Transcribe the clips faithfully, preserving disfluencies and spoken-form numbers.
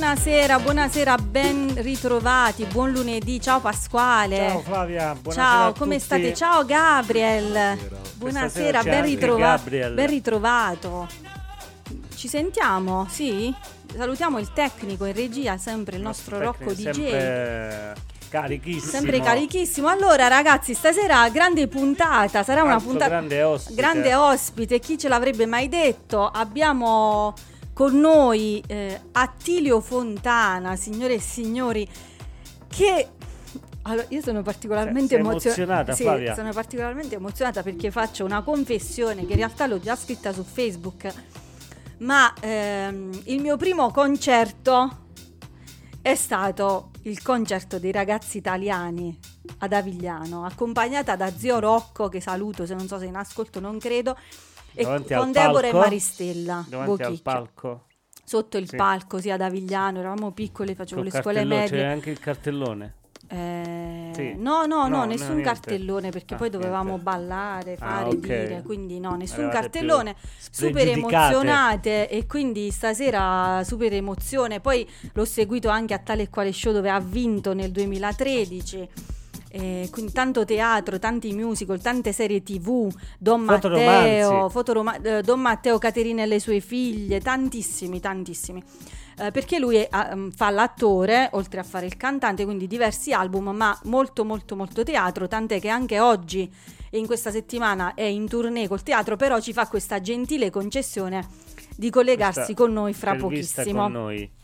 buonasera, buonasera, ben ritrovati, buon lunedì, ciao Pasquale. Ciao Flavia, buonasera. Ciao, a come tutti. state? Ciao Gabriel. Buonasera, buonasera ben, ritrova- ben ritrovato. Ci sentiamo? Sì? Salutiamo il tecnico in regia, sempre il, il nostro, nostro Rocco D J. Sempre carichissimo. Sempre carichissimo. Allora ragazzi, stasera grande puntata, sarà una Altro puntata grande ospite. Grande ospite, chi ce l'avrebbe mai detto? Abbiamo con noi eh, Attilio Fontana, signore e signori, che allora, io sono particolarmente emozio- emozionata. Sì, Flavia. sono particolarmente emozionata perché faccio una confessione che in realtà l'ho già scritta su Facebook, ma ehm, il mio primo concerto è stato il concerto dei ragazzi italiani ad Avigliano, accompagnata da zio Rocco, che saluto, se non so se in ascolto, non credo, e Davanti con al Deborah palco, e Maristella davanti Bocchicchio. al palco, sotto il sì. palco, sì, ad Avigliano, eravamo piccoli, facevo Col le scuole cartellone, medie. c'è anche il cartellone. Eh, Sì. no, no, no, No, nessun no, cartellone, perché ah, poi dovevamo niente. ballare, Ah, fare, ok. dire, quindi no, nessun Eravate cartellone, più super spregiudicate. emozionate, e quindi stasera super emozione. Poi l'ho seguito anche a Tale e Quale Show, dove ha vinto nel duemilatredici. Eh, quindi tanto teatro, tanti musical, tante serie tv, Don Matteo, fotoroma- eh, Don Matteo, Caterina e le sue figlie, tantissimi, tantissimi. Eh, perché lui è, um, fa l'attore, oltre a fare il cantante, quindi diversi album, ma molto molto molto teatro, tant'è che anche oggi e in questa settimana è in tournée col teatro, però ci fa questa gentile concessione di collegarsi Questa con noi fra intervista pochissimo. con noi.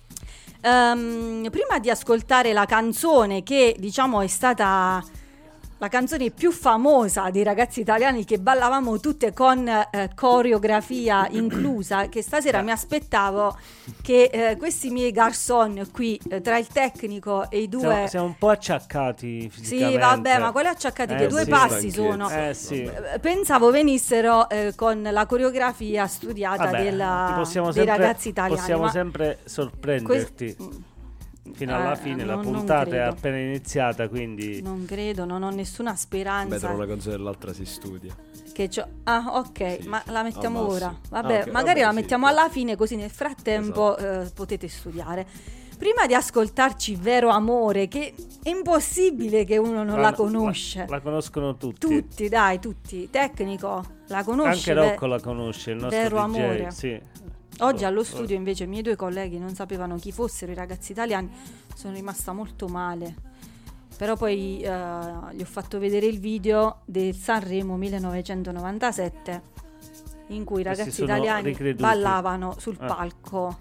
Um, prima di ascoltare la canzone che diciamo è stata la canzone più famosa dei ragazzi italiani, che ballavamo tutte con eh, coreografia inclusa, che stasera mi aspettavo che eh, questi miei garçon qui, eh, tra il tecnico e i due, Siamo, siamo un po' acciaccati fisicamente. sì vabbè, ma quelli acciaccati Eh, che due sì, passi stanchi. sono, Eh sì. pensavo venissero eh, con la coreografia studiata Vabbè, della, ti possiamo dei sempre, ragazzi italiani, possiamo ma sempre sorprenderti. quest- Fino alla Eh, fine la non- non puntata è credo. appena iniziata, quindi non credo, non ho nessuna speranza. Beh, tra una canzone e l'altra si studia. Che c'ho... Ah, ok, Sì, ma sì, la mettiamo al ora. massimo. Vabbè, Ah, ok, magari vabbè, la sì, mettiamo sì. alla fine, così nel frattempo eh, potete studiare. Prima di ascoltarci Vero Amore, che è impossibile che uno non la, conosce. La, la conoscono tutti. Tutti, dai, tutti. Tecnico, la conosce. Anche Rocco Ve- la conosce, il nostro Vero D J. Amore. Sì. Oggi allo Oh, studio invece i miei due colleghi non sapevano chi fossero i ragazzi italiani, sono rimasta molto male. Però poi eh, gli ho fatto vedere il video del Sanremo millenovecentonovantasette, in cui i Questi ragazzi sono italiani ricreduti. ballavano sul Ah. palco.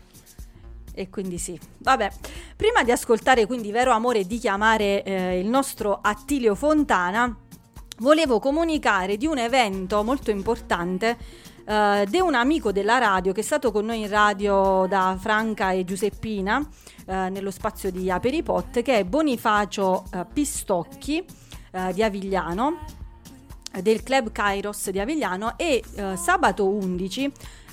E quindi sì, vabbè, prima di ascoltare quindi Vero Amore e di chiamare eh, il nostro Attilio Fontana, volevo comunicare di un evento molto importante uh, di un amico della radio che è stato con noi in radio da Franca e Giuseppina uh, nello spazio di Aperipot, che è Bonifacio uh, Pistocchi uh, di Avigliano, uh, del Club Kairos di Avigliano, e uh, sabato undici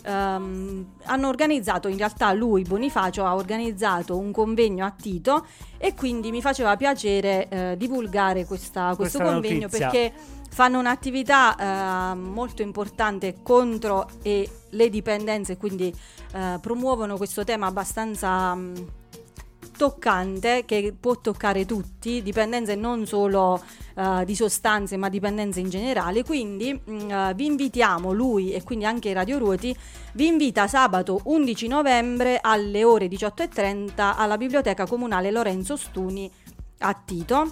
Um, hanno organizzato, in realtà lui Bonifacio ha organizzato un convegno a Tito, e quindi mi faceva piacere eh, divulgare questa, questo Questa convegno notizia. perché fanno un'attività eh, molto importante contro e le dipendenze, quindi eh, promuovono questo tema abbastanza mh, toccante, che può toccare tutti, dipendenze non solo uh, di sostanze, ma dipendenze in generale. Quindi uh, vi invitiamo, lui e quindi anche Radio Ruoti vi invita sabato undici novembre alle ore diciotto e trenta alla Biblioteca Comunale Lorenzo Stuni a Tito.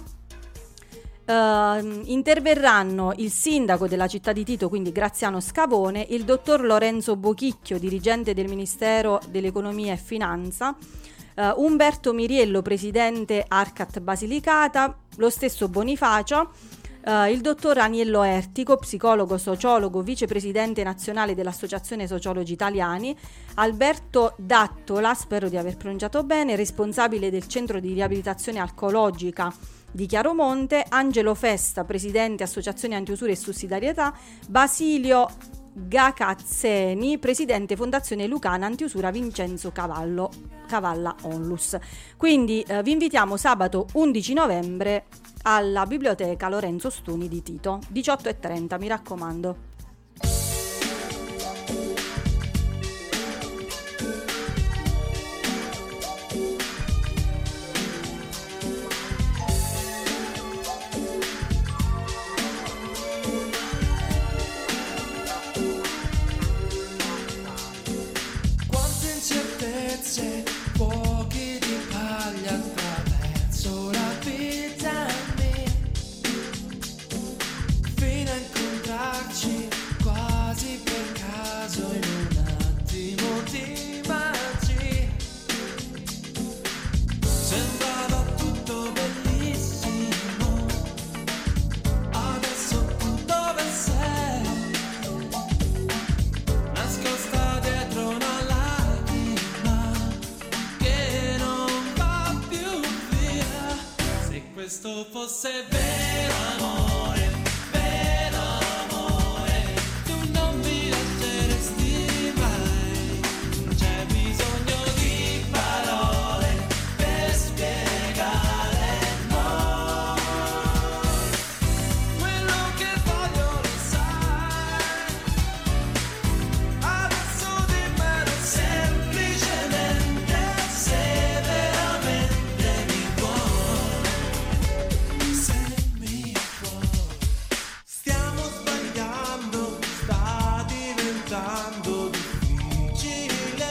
Uh, interverranno il sindaco della città di Tito, quindi Graziano Scavone, il dottor Lorenzo Bocchicchio, dirigente del Ministero dell'Economia e Finanza, Uh, Umberto Miriello, presidente Arcat Basilicata, lo stesso Bonifacio, uh, il dottor Aniello Ertico, psicologo, sociologo, vicepresidente nazionale dell'Associazione Sociologi Italiani, Alberto Dattola, spero di aver pronunciato bene, responsabile del centro di riabilitazione alcologica di Chiaromonte, Angelo Festa, presidente Associazione Antiusura e Sussidiarietà, Basilio Gacazzeni, presidente Fondazione Lucana Antiusura Vincenzo Cavallo, Cavalla Onlus. Quindi eh, vi invitiamo sabato undici novembre alla Biblioteca Lorenzo Stuni di Tito, diciotto e trenta, mi raccomando. fosse vero amore, vero amore, tu non mi lasceresti mai. Non c'è bisogno di parole per spiegare no. Quello che voglio lo sai, adesso dimmelo semplicemente, se veramente mi vuoi, se mi vuoi. Stiamo sbagliando, sta diventando difficile,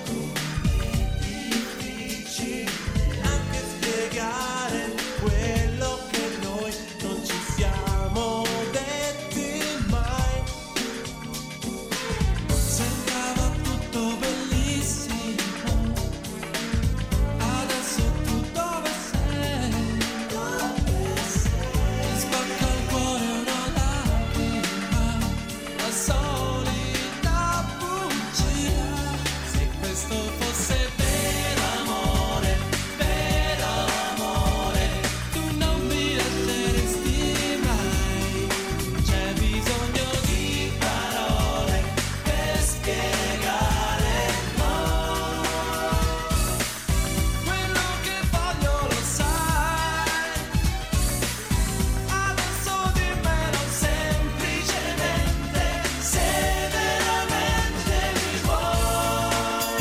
difficile anche spiegare quello che noi non ci siamo detti mai. Sembrava tutto bellissimo, adesso tu dove sei? Mi spacca il cuore una lacrima, la solita bugia. Se questo fosse vero amore, vero amore, tu non mi lasceresti mai. Non c'è bisogno di parole per spiegare no. Quello che voglio lo sai, adesso dimmelo semplicemente, se veramente mi vuoi.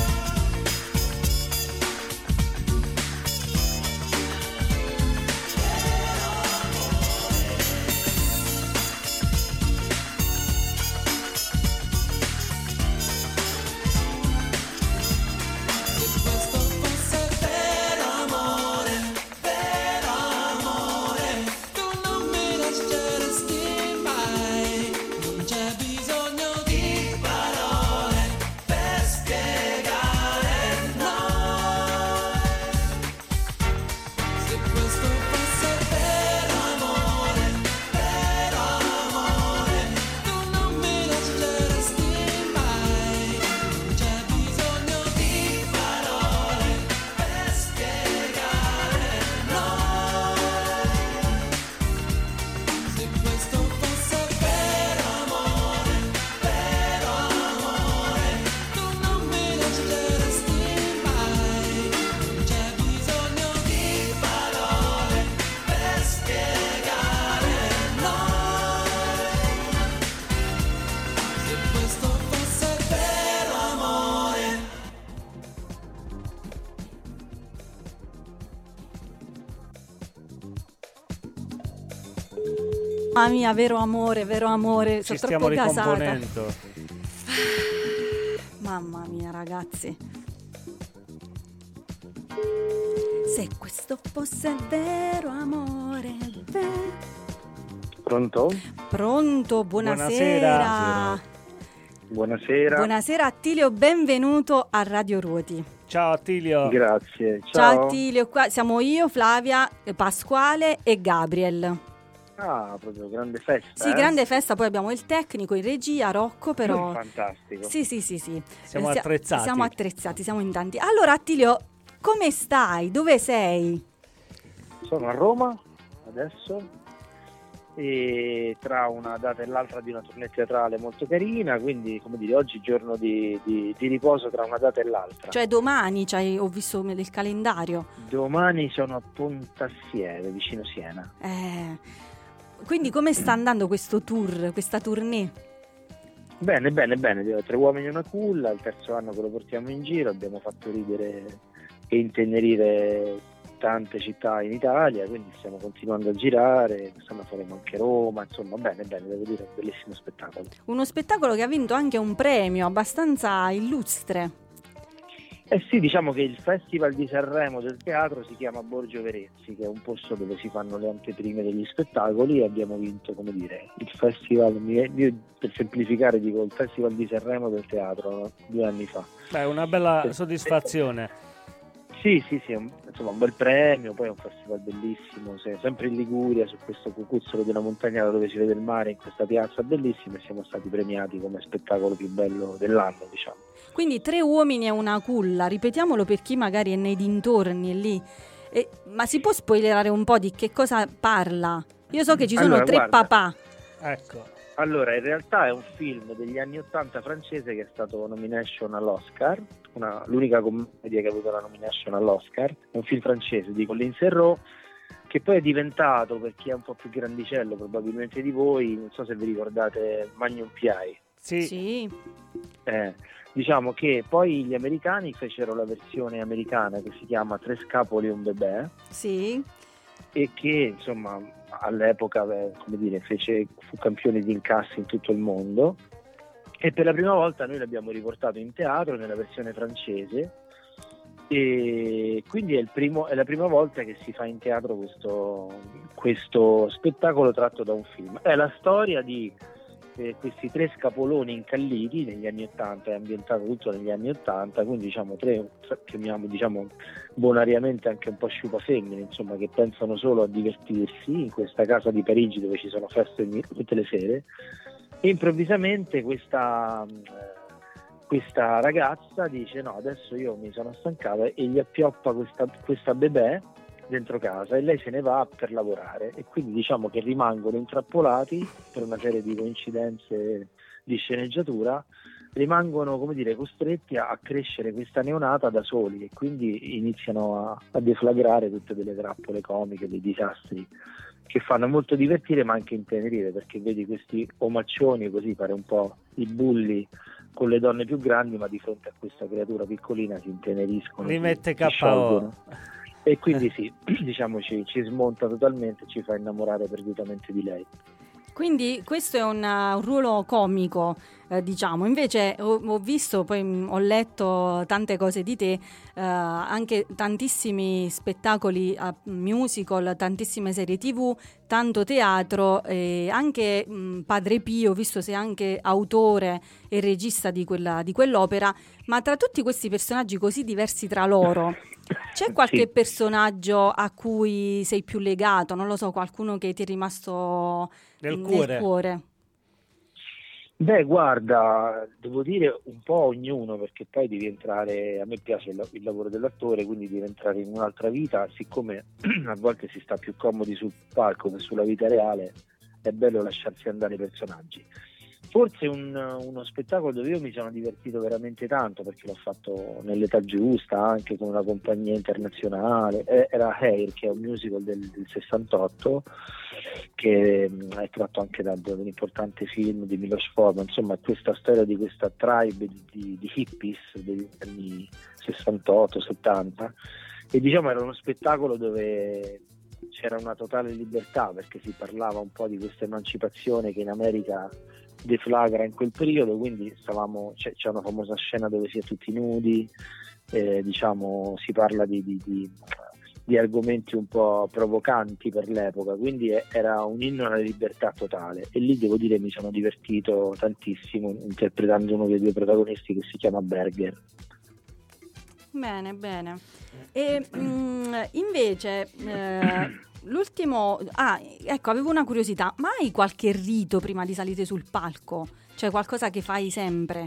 Se questo fosse vero amore, vero amore, tu non mi lasceresti mai. Non c'è bisogno di parole per spiegare noi. Se questo fosse vero amore, vero amore, tu non mi lasceresti mai. Non c'è bisogno di parole per spiegare noi. Se questo fosse vero amore, vero amore, tu non mi lasceresti mai. Non c'è bisogno di parole per spiegare noi. Se questo fosse vero amore. Mamma mia, vero amore, vero amore, Ci sono stiamo troppo gasata. ricomponendo. Mamma mia, ragazzi. Se questo fosse vero amore, ve- Pronto? Pronto, buonasera. Buonasera. Buonasera. Buonasera Attilio, benvenuto a Radio Ruoti. Ciao Attilio. Grazie. Ciao, Ciao. Attilio, qua siamo io, Flavia, eh, Pasquale e Gabriel. Ah, proprio grande festa. Sì, eh? grande festa, poi abbiamo il tecnico in regia, Rocco, però... Fantastico. Sì, sì, sì, sì. Siamo Eh, sia- attrezzati. Siamo attrezzati, siamo in tanti. Allora Attilio, come stai? Dove sei? Sono a Roma adesso e tra una data e l'altra di una tournée teatrale molto carina, quindi come dire, oggi giorno di, di, di riposo tra una data e l'altra. Cioè domani, cioè, ho visto nel calendario. Domani sono a Pontassieve, vicino Siena. Eh, quindi come sta andando questo tour, questa tournée? Bene, bene, bene. Tre uomini e una culla, il terzo anno che lo portiamo in giro, abbiamo fatto ridere e intenerire tante città in Italia, quindi stiamo continuando a girare, quest'anno faremo anche Roma, insomma bene, bene, devo dire, un bellissimo spettacolo. Uno spettacolo che ha vinto anche un premio abbastanza illustre. Eh sì, diciamo che il Festival di Sanremo del teatro si chiama Borgio Verezzi, che è un posto dove si fanno le anteprime degli spettacoli, e abbiamo vinto, come dire, il festival, io per semplificare dico il Festival di Sanremo del teatro, no? Due anni fa. Beh, una bella Sì. soddisfazione. Sì, sì, sì, è un, insomma un bel premio, poi è un festival bellissimo, se- sempre in Liguria, su questo cucuzzolo di una montagna dove si vede il mare, in questa piazza bellissima, e siamo stati premiati come spettacolo più bello dell'anno, diciamo. Quindi tre uomini e una culla, ripetiamolo per chi magari è nei dintorni lì E, ma si può spoilerare un po' di che cosa parla? Io so che ci sono Allora, tre guarda. papà. Ecco. Allora, in realtà è un film degli anni ottanta francese che è stato nomination all'Oscar, una- l'unica commedia che ha avuto la nomination all'Oscar, è un film francese di Colin Serrault, che poi è diventato, per chi è un po' più grandicello probabilmente di voi, non so se vi ricordate Magnum P I. Sì. Sì. Eh, diciamo che poi gli americani fecero la versione americana che si chiama Tre scapoli e un bebè, Sì. e che insomma all'epoca beh, come dire, fece, fu campione di incassi in tutto il mondo, e per la prima volta noi l'abbiamo riportato in teatro nella versione francese, e quindi è, il primo, è la prima volta che si fa in teatro questo, questo spettacolo tratto da un film. È la storia di eh, questi tre scapoloni incalliti negli anni ottanta, è ambientato tutto negli anni ottanta, quindi diciamo tre, chiamiamo diciamo bonariamente anche un po' sciupa femmine, insomma, che pensano solo a divertirsi in questa casa di Parigi dove ci sono feste ogni- tutte le sere, e improvvisamente questa, eh, questa ragazza dice no, adesso io mi sono stancata, e gli appioppa questa, questa bebè dentro casa, e lei se ne va per lavorare, e quindi diciamo che rimangono intrappolati per una serie di coincidenze di sceneggiatura, rimangono come dire costretti a, a crescere questa neonata da soli, e quindi iniziano a, a deflagrare tutte delle trappole comiche, dei disastri che fanno molto divertire ma anche intenerire, perché vedi questi omaccioni così, pare un po' i bulli con le donne più grandi, ma di fronte a questa creatura piccolina si inteneriscono, Li si- mette si K O. sciolgono. E quindi sì, diciamo ci, ci smonta totalmente, ci fa innamorare perdutamente di lei. Quindi questo è un, uh, un ruolo comico, eh, diciamo. Invece ho, ho visto, poi mh, ho letto tante cose di te, eh, anche tantissimi spettacoli uh, musical, tantissime serie tivù, tanto teatro, e anche mh, Padre Pio, ho visto sei anche autore e regista di, quella, di quell'opera. Ma tra tutti questi personaggi così diversi tra loro, c'è qualche Sì. personaggio a cui sei più legato? Non lo so, qualcuno che ti è rimasto Nel nel cuore. cuore? Beh, guarda, devo dire un po' ognuno, perché poi devi entrare, a me piace il, il lavoro dell'attore, quindi devi entrare in un'altra vita, siccome a volte si sta più comodi sul palco che sulla vita reale, è bello lasciarsi andare i personaggi. Forse un- uno spettacolo dove io mi sono divertito veramente tanto, perché l'ho fatto nell'età giusta, anche con una compagnia internazionale, eh, era Hair, che è un musical del, del sessantotto, che mh, è tratto anche da, da un importante film di Milos Forman. Insomma, è questa storia di questa tribe di, di, di hippies degli anni sessantotto settanta, e diciamo era uno spettacolo dove c'era una totale libertà, perché si parlava un po' di questa emancipazione che in America deflagra in quel periodo, quindi stavamo, c'è, c'è una famosa scena dove si è tutti nudi, eh, diciamo si parla di, di, di, di argomenti un po' provocanti per l'epoca, quindi è- era un inno alla libertà totale, e lì devo dire mi sono divertito tantissimo interpretando uno dei due protagonisti, che si chiama Berger. Bene, bene. E mh, invece eh, l'ultimo, ah, ecco, avevo una curiosità, ma hai qualche rito prima di salire sul palco? Cioè qualcosa che fai sempre?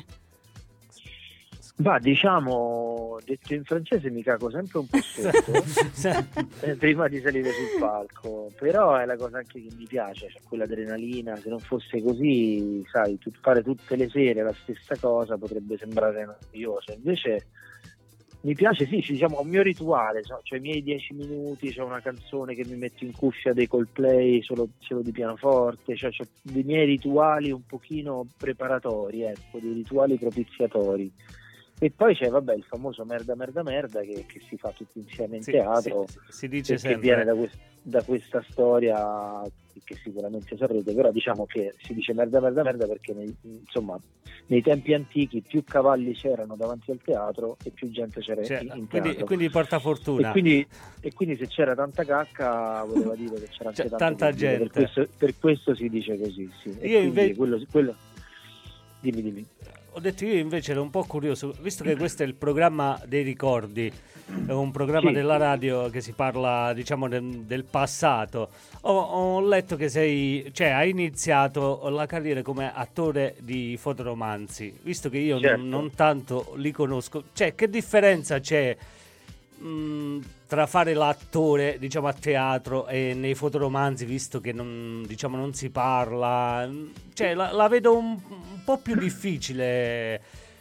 Ma diciamo, detto in francese, mi cago sempre un po' sotto eh, prima di salire sul palco, però è la cosa anche che mi piace, cioè quell'adrenalina. Se non fosse così, sai, tu- fare tutte le sere la stessa cosa potrebbe sembrare noioso, invece mi piace, sì, ci- diciamo, ho un mio rituale, so- cioè i miei dieci minuti, c'è una canzone che mi metto in cuffia dei Coldplay solo, solo di pianoforte, cioè c'ho dei miei rituali un pochino preparatori, ecco, dei rituali propiziatori. E poi c'è, vabbè, il famoso merda merda merda che, che si fa tutti insieme in Sì, teatro, sì, si dice perché sempre. viene da, quest- da questa storia che sicuramente saprete, però diciamo che si dice merda merda merda perché nei, insomma nei tempi antichi più cavalli c'erano davanti al teatro e più gente c'era Cioè, in, in quindi, teatro. quindi porta fortuna. E quindi, e quindi se c'era tanta cacca voleva dire che c'era anche C'è tanto tanta pubblico. gente. Per questo, per questo si dice così, sì. E Io quindi invece- quello, quello... Dimmi, dimmi. Ho detto, io invece ero un po' curioso, visto che questo è il programma dei ricordi, è un programma Sì. della radio che si parla, diciamo, del, del passato. Ho, ho letto che sei, cioè, hai iniziato la carriera come attore di fotoromanzi, visto che io Certo. non, non tanto li conosco. Cioè, che differenza c'è mh, tra fare l'attore, diciamo, a teatro e nei fotoromanzi, visto che non, diciamo, non si parla, cioè la, la vedo un, un po' più difficile.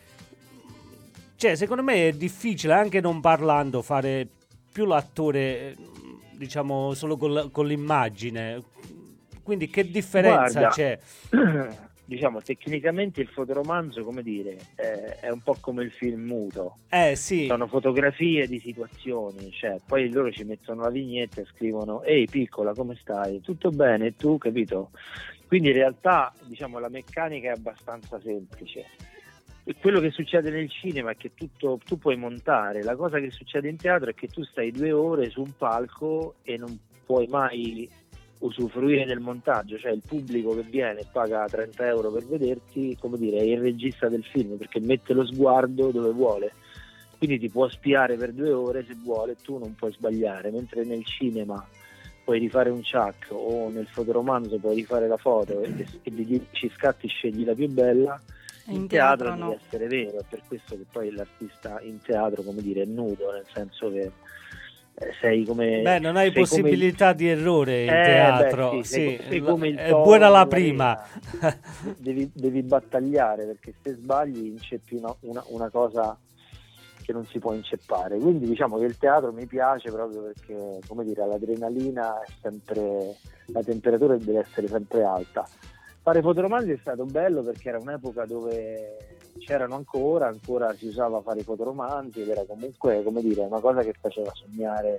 Cioè, secondo me è difficile anche non parlando fare più l'attore, diciamo, solo con, con l'immagine. Quindi che differenza Guarda, c'è? diciamo, tecnicamente il fotoromanzo, come dire, è, è un po' come il film muto. Eh sì, Sono fotografie di situazioni, cioè poi loro ci mettono la vignetta e scrivono: ehi piccola, come stai? Tutto bene? E tu, capito? Quindi in realtà, diciamo, la meccanica è abbastanza semplice. E quello che succede nel cinema è che tutto tu puoi montare, la cosa che succede in teatro è che tu stai due ore su un palco e non puoi mai usufruire del montaggio, cioè il pubblico che viene e paga trenta euro per vederti, come dire, è il regista del film, perché mette lo sguardo dove vuole, quindi ti può spiare per due ore se vuole, tu non puoi sbagliare, mentre nel cinema puoi rifare un ciak o nel fotoromanzo puoi rifare la foto e, e di dieci scatti scegli la più bella. In, in teatro, teatro no. Deve essere vero, è per questo che poi l'artista in teatro, come dire, è nudo, nel senso che eh, sei come... Beh, non hai possibilità come... di errore in eh, teatro, beh, sì, sei, sì, sei come il è buona la prima. devi, devi battagliare, perché se sbagli inceppi una, una, una cosa che non si può inceppare, quindi diciamo che il teatro mi piace proprio perché, come dire, l'adrenalina è sempre, la temperatura deve essere sempre alta. Fare fotoromanzi è stato bello perché era un'epoca dove c'erano ancora, ancora si usava fare fotoromanzi ed era comunque, come dire, una cosa che faceva sognare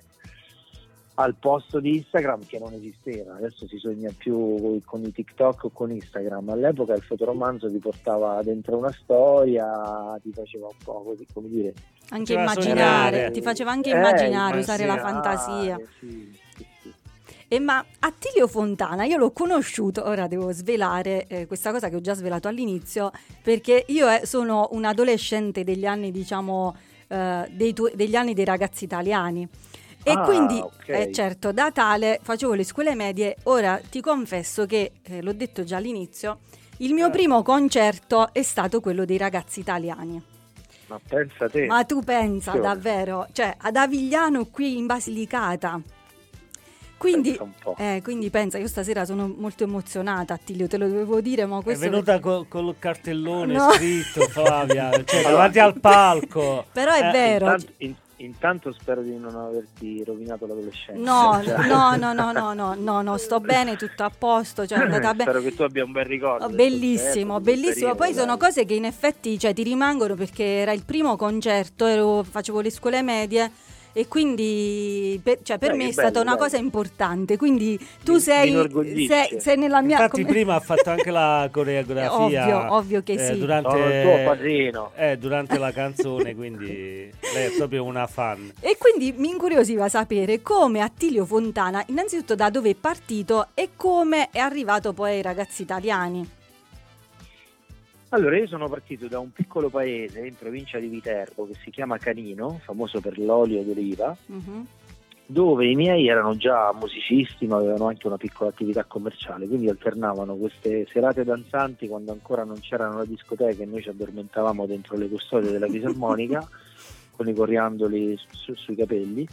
al posto di Instagram, che non esisteva. Adesso si sogna più con i TikTok o con Instagram. All'epoca il fotoromanzo ti portava dentro una storia, ti faceva un po' così, come dire, anche faceva immaginare, sognare. ti faceva anche Eh, immaginare, usare la immaginare, fantasia. sì, sì, sì. E ma Attilio Fontana io l'ho conosciuto, ora devo svelare eh, questa cosa che ho già svelato all'inizio, perché io eh, sono un adolescente degli anni, diciamo, eh, dei tu- degli anni dei ragazzi italiani. E Ah, quindi, ok. eh, certo, da tale facevo le scuole medie. Ora ti confesso che, eh, l'ho detto già all'inizio, il mio Eh. primo concerto è stato quello dei ragazzi italiani. Ma pensa te. Ma tu pensa, Sì. davvero, cioè ad Avigliano qui in Basilicata. Quindi, Pensa un po'. eh, quindi pensa, io stasera sono molto emozionata, Attilio, te lo dovevo dire, ma È questo... venuta co- col cartellone No. scritto, Flavia, cioè Allora, davanti al palco. Però è Eh, vero. Intanto, in- intanto spero di non averti rovinato l'adolescenza. No, Cioè, no, no, no, no, no, no, no, sto bene, tutto a posto, cioè è andata bene. Spero che tu abbia un bel ricordo. Oh, del bellissimo, concerto, del bellissimo. Poi periodo, sono dai. cose che in effetti, cioè, ti rimangono perché era il primo concerto, ero, facevo le scuole medie e quindi per, cioè, per Dai, me che è stata bello, una dai. cosa importante. Quindi tu Mi- mi sei, inorgoglisce. sei, sei nella mia... Infatti come- prima ha fatto anche la coreografia. Ovvio, ovvio che eh, sì. Durante, Sono il tuo padrino. eh, durante la canzone, quindi lei è proprio una fan. E quindi mi incuriosiva sapere come Attilio Fontana, innanzitutto da dove è partito e come è arrivato poi ai ragazzi italiani. Allora, io sono partito da un piccolo paese in provincia di Viterbo che si chiama Canino, famoso per l'olio d'oliva, Mhm. dove i miei erano già musicisti ma avevano anche una piccola attività commerciale, quindi alternavano queste serate danzanti quando ancora non c'erano le discoteche e noi ci addormentavamo dentro le custodie della fisarmonica con i coriandoli su- sui capelli,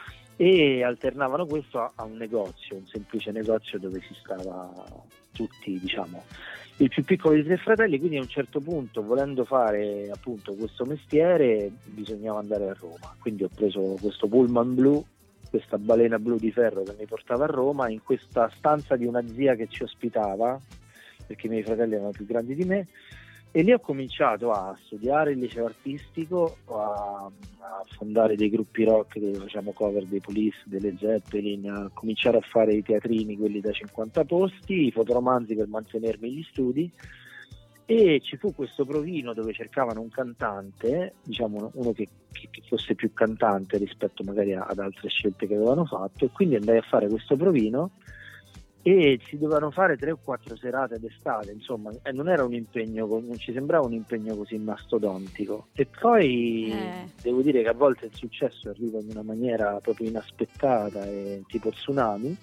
e alternavano questo a, a un negozio, un semplice negozio dove si stava tutti, diciamo, il più piccolo dei tre fratelli. Quindi a un certo punto, volendo fare appunto questo mestiere, bisognava andare a Roma, quindi ho preso questo pullman blu, questa balena blu di ferro che mi portava a Roma, in questa stanza di una zia che ci ospitava, perché i miei fratelli erano più grandi di me, e lì ho cominciato a studiare il liceo artistico, a, a fondare dei gruppi rock dove facciamo cover dei Police, delle Zeppelin, a cominciare a fare i teatrini, quelli da cinquanta posti, i fotoromanzi per mantenermi gli studi. E ci fu questo provino dove cercavano un cantante, diciamo uno che, che, che fosse più cantante rispetto magari a- ad altre scelte che avevano fatto, e quindi andai a fare questo provino e si dovevano fare tre o quattro serate d'estate, insomma, e non era un impegno, co- non ci sembrava un impegno così mastodontico. E poi Eh. devo dire che a volte il successo arriva in una maniera proprio inaspettata, e tipo tsunami.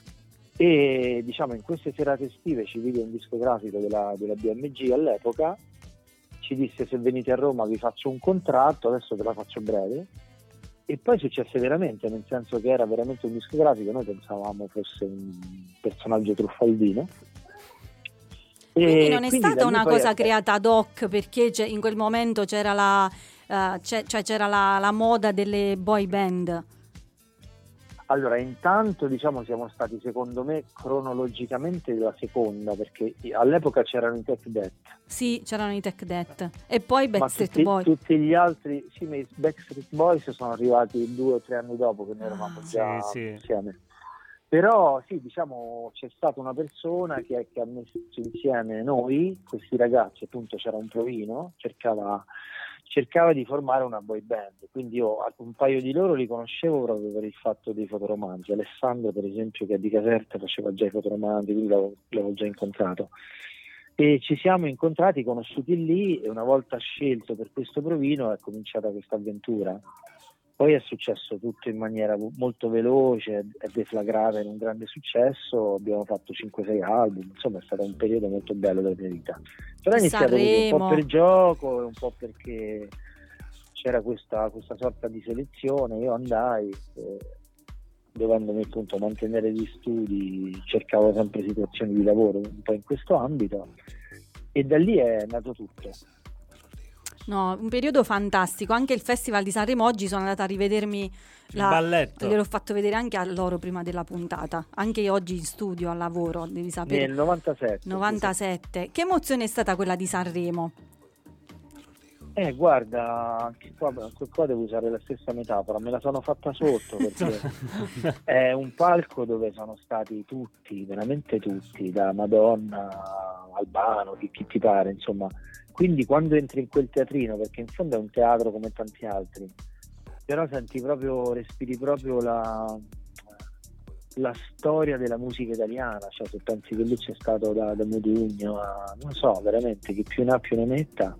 E diciamo in queste serate estive ci vide un discografico della, della B M G all'epoca, ci disse: se venite a Roma vi faccio un contratto, adesso te la faccio breve, e poi successe veramente, nel senso che era veramente un discografico, noi pensavamo fosse un personaggio truffaldino. Quindi E non è quindi stata da lì una poi cosa è- creata ad hoc perché c'è- in quel momento c'era la, eh, c'è- cioè c'era la, la moda delle boy band. Allora, intanto diciamo siamo stati secondo me cronologicamente la seconda, perché all'epoca c'erano i Tech Death, Sì, c'erano i Tech Death e poi ma Backstreet tutti, Boy. tutti gli altri, sì, ma i Backstreet Boys sono arrivati due o tre anni dopo che noi eravamo Ah. già Sì, sì. insieme. Però sì, diciamo c'è stata una persona che, che ha messo insieme noi, questi ragazzi, appunto c'era un provino, cercava, cercava di formare una boy band, quindi io un paio di loro li conoscevo proprio per il fatto dei fotoromanzi. Alessandro per esempio, che è di Caserta, faceva già i fotoromanzi, quindi l'avevo, l'avevo già incontrato. E ci siamo incontrati, conosciuti lì, e una volta scelto per questo provino è cominciata questa avventura. Poi è successo tutto in maniera molto veloce, è deflagrata in un grande successo, abbiamo fatto cinque sei album, insomma è stato un periodo molto bello della mia vita. Però è iniziato così, un po' Sanremo. per gioco e un po' perché c'era questa, questa sorta di selezione, io andai, eh, dovendomi appunto mantenere gli studi, cercavo sempre situazioni di lavoro un po' in questo ambito, e da lì è nato tutto. No, un periodo fantastico. Anche il Festival di Sanremo oggi sono andata a rivedermi Il balletto. gliel'ho fatto vedere anche a loro prima della puntata. Anche oggi in studio, al lavoro, devi sapere. Nel novantasette. novantasette. Che emozione è stata quella di Sanremo? Eh, guarda, anche qua, anche qua devo usare la stessa metafora, me la sono fatta sotto perché è un palco dove sono stati tutti, veramente tutti, da Madonna, Albano, chi, chi ti pare, insomma. Quindi quando entri in quel teatrino, perché in fondo è un teatro come tanti altri, però senti proprio, respiri proprio la, la storia della musica italiana, cioè se pensi che lì c'è stato da, da Modugno a, non so, veramente, chi più ne ha più ne metta.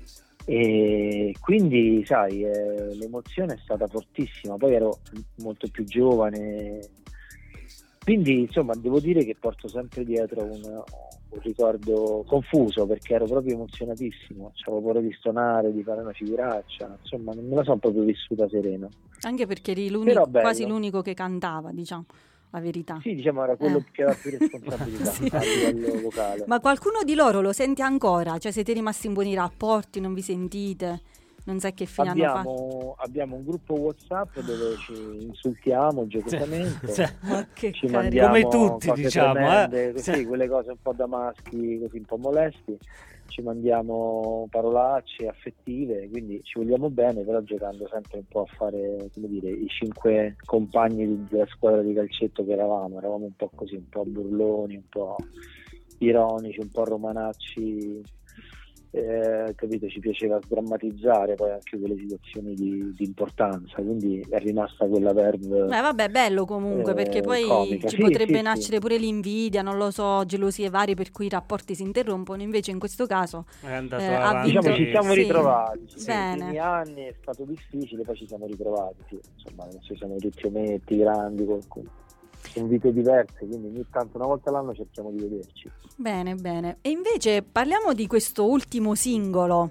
E quindi sai, eh, l'emozione è stata fortissima, poi ero molto più giovane, quindi insomma devo dire che porto sempre dietro un, un ricordo confuso, perché ero proprio emozionatissimo, avevo paura di stonare, di fare una figuraccia, insomma non me la sono proprio vissuta serena. Anche perché eri Però l'unico, bello. quasi l'unico che cantava, diciamo, la verità. Sì, diciamo era quello Eh. che aveva più responsabilità Sì. a livello vocale. Ma qualcuno di loro lo sente ancora? Cioè siete rimasti in buoni rapporti, non vi sentite? Non sai che fine hanno fatto? Abbiamo, abbiamo un gruppo WhatsApp dove ci insultiamo giocosamente. Sì. Ma che Ci carino. mandiamo Come tutti, cose diciamo, tremende, eh. così, Sì. quelle cose un po' da maschi, così un po' molesti, ci mandiamo parolacce affettive, quindi ci vogliamo bene, però giocando sempre un po' a fare, come dire, i cinque compagni di- della squadra di calcetto che eravamo, eravamo un po' così, un po' burloni, un po' ironici, un po' romanacci, eh, capito? Ci piaceva sdrammatizzare poi anche quelle situazioni di, di importanza, quindi è rimasta quella verve. Beh, vabbè, bello comunque, eh, perché poi comica. ci Sì, potrebbe sì, nascere sì. pure l'invidia, non lo so, gelosie varie per cui i rapporti si interrompono, invece in questo caso È andato Eh, ha avanti. vinto- Diciamo ci siamo sì. ritrovati, sì, Bene. nei primi anni è stato difficile, poi ci siamo ritrovati, sì. Insomma adesso siamo tutti ometti, grandi, con, con, con vite diverse, quindi ogni tanto una volta all'anno cerchiamo di vederci. bene, bene. E invece parliamo di questo ultimo singolo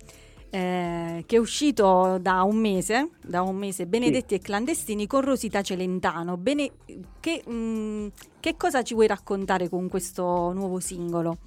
eh, che è uscito da un mese, da un mese, Benedetti e Clandestini con Rosita Celentano. Bene, che, mh, che cosa ci vuoi raccontare con questo nuovo singolo?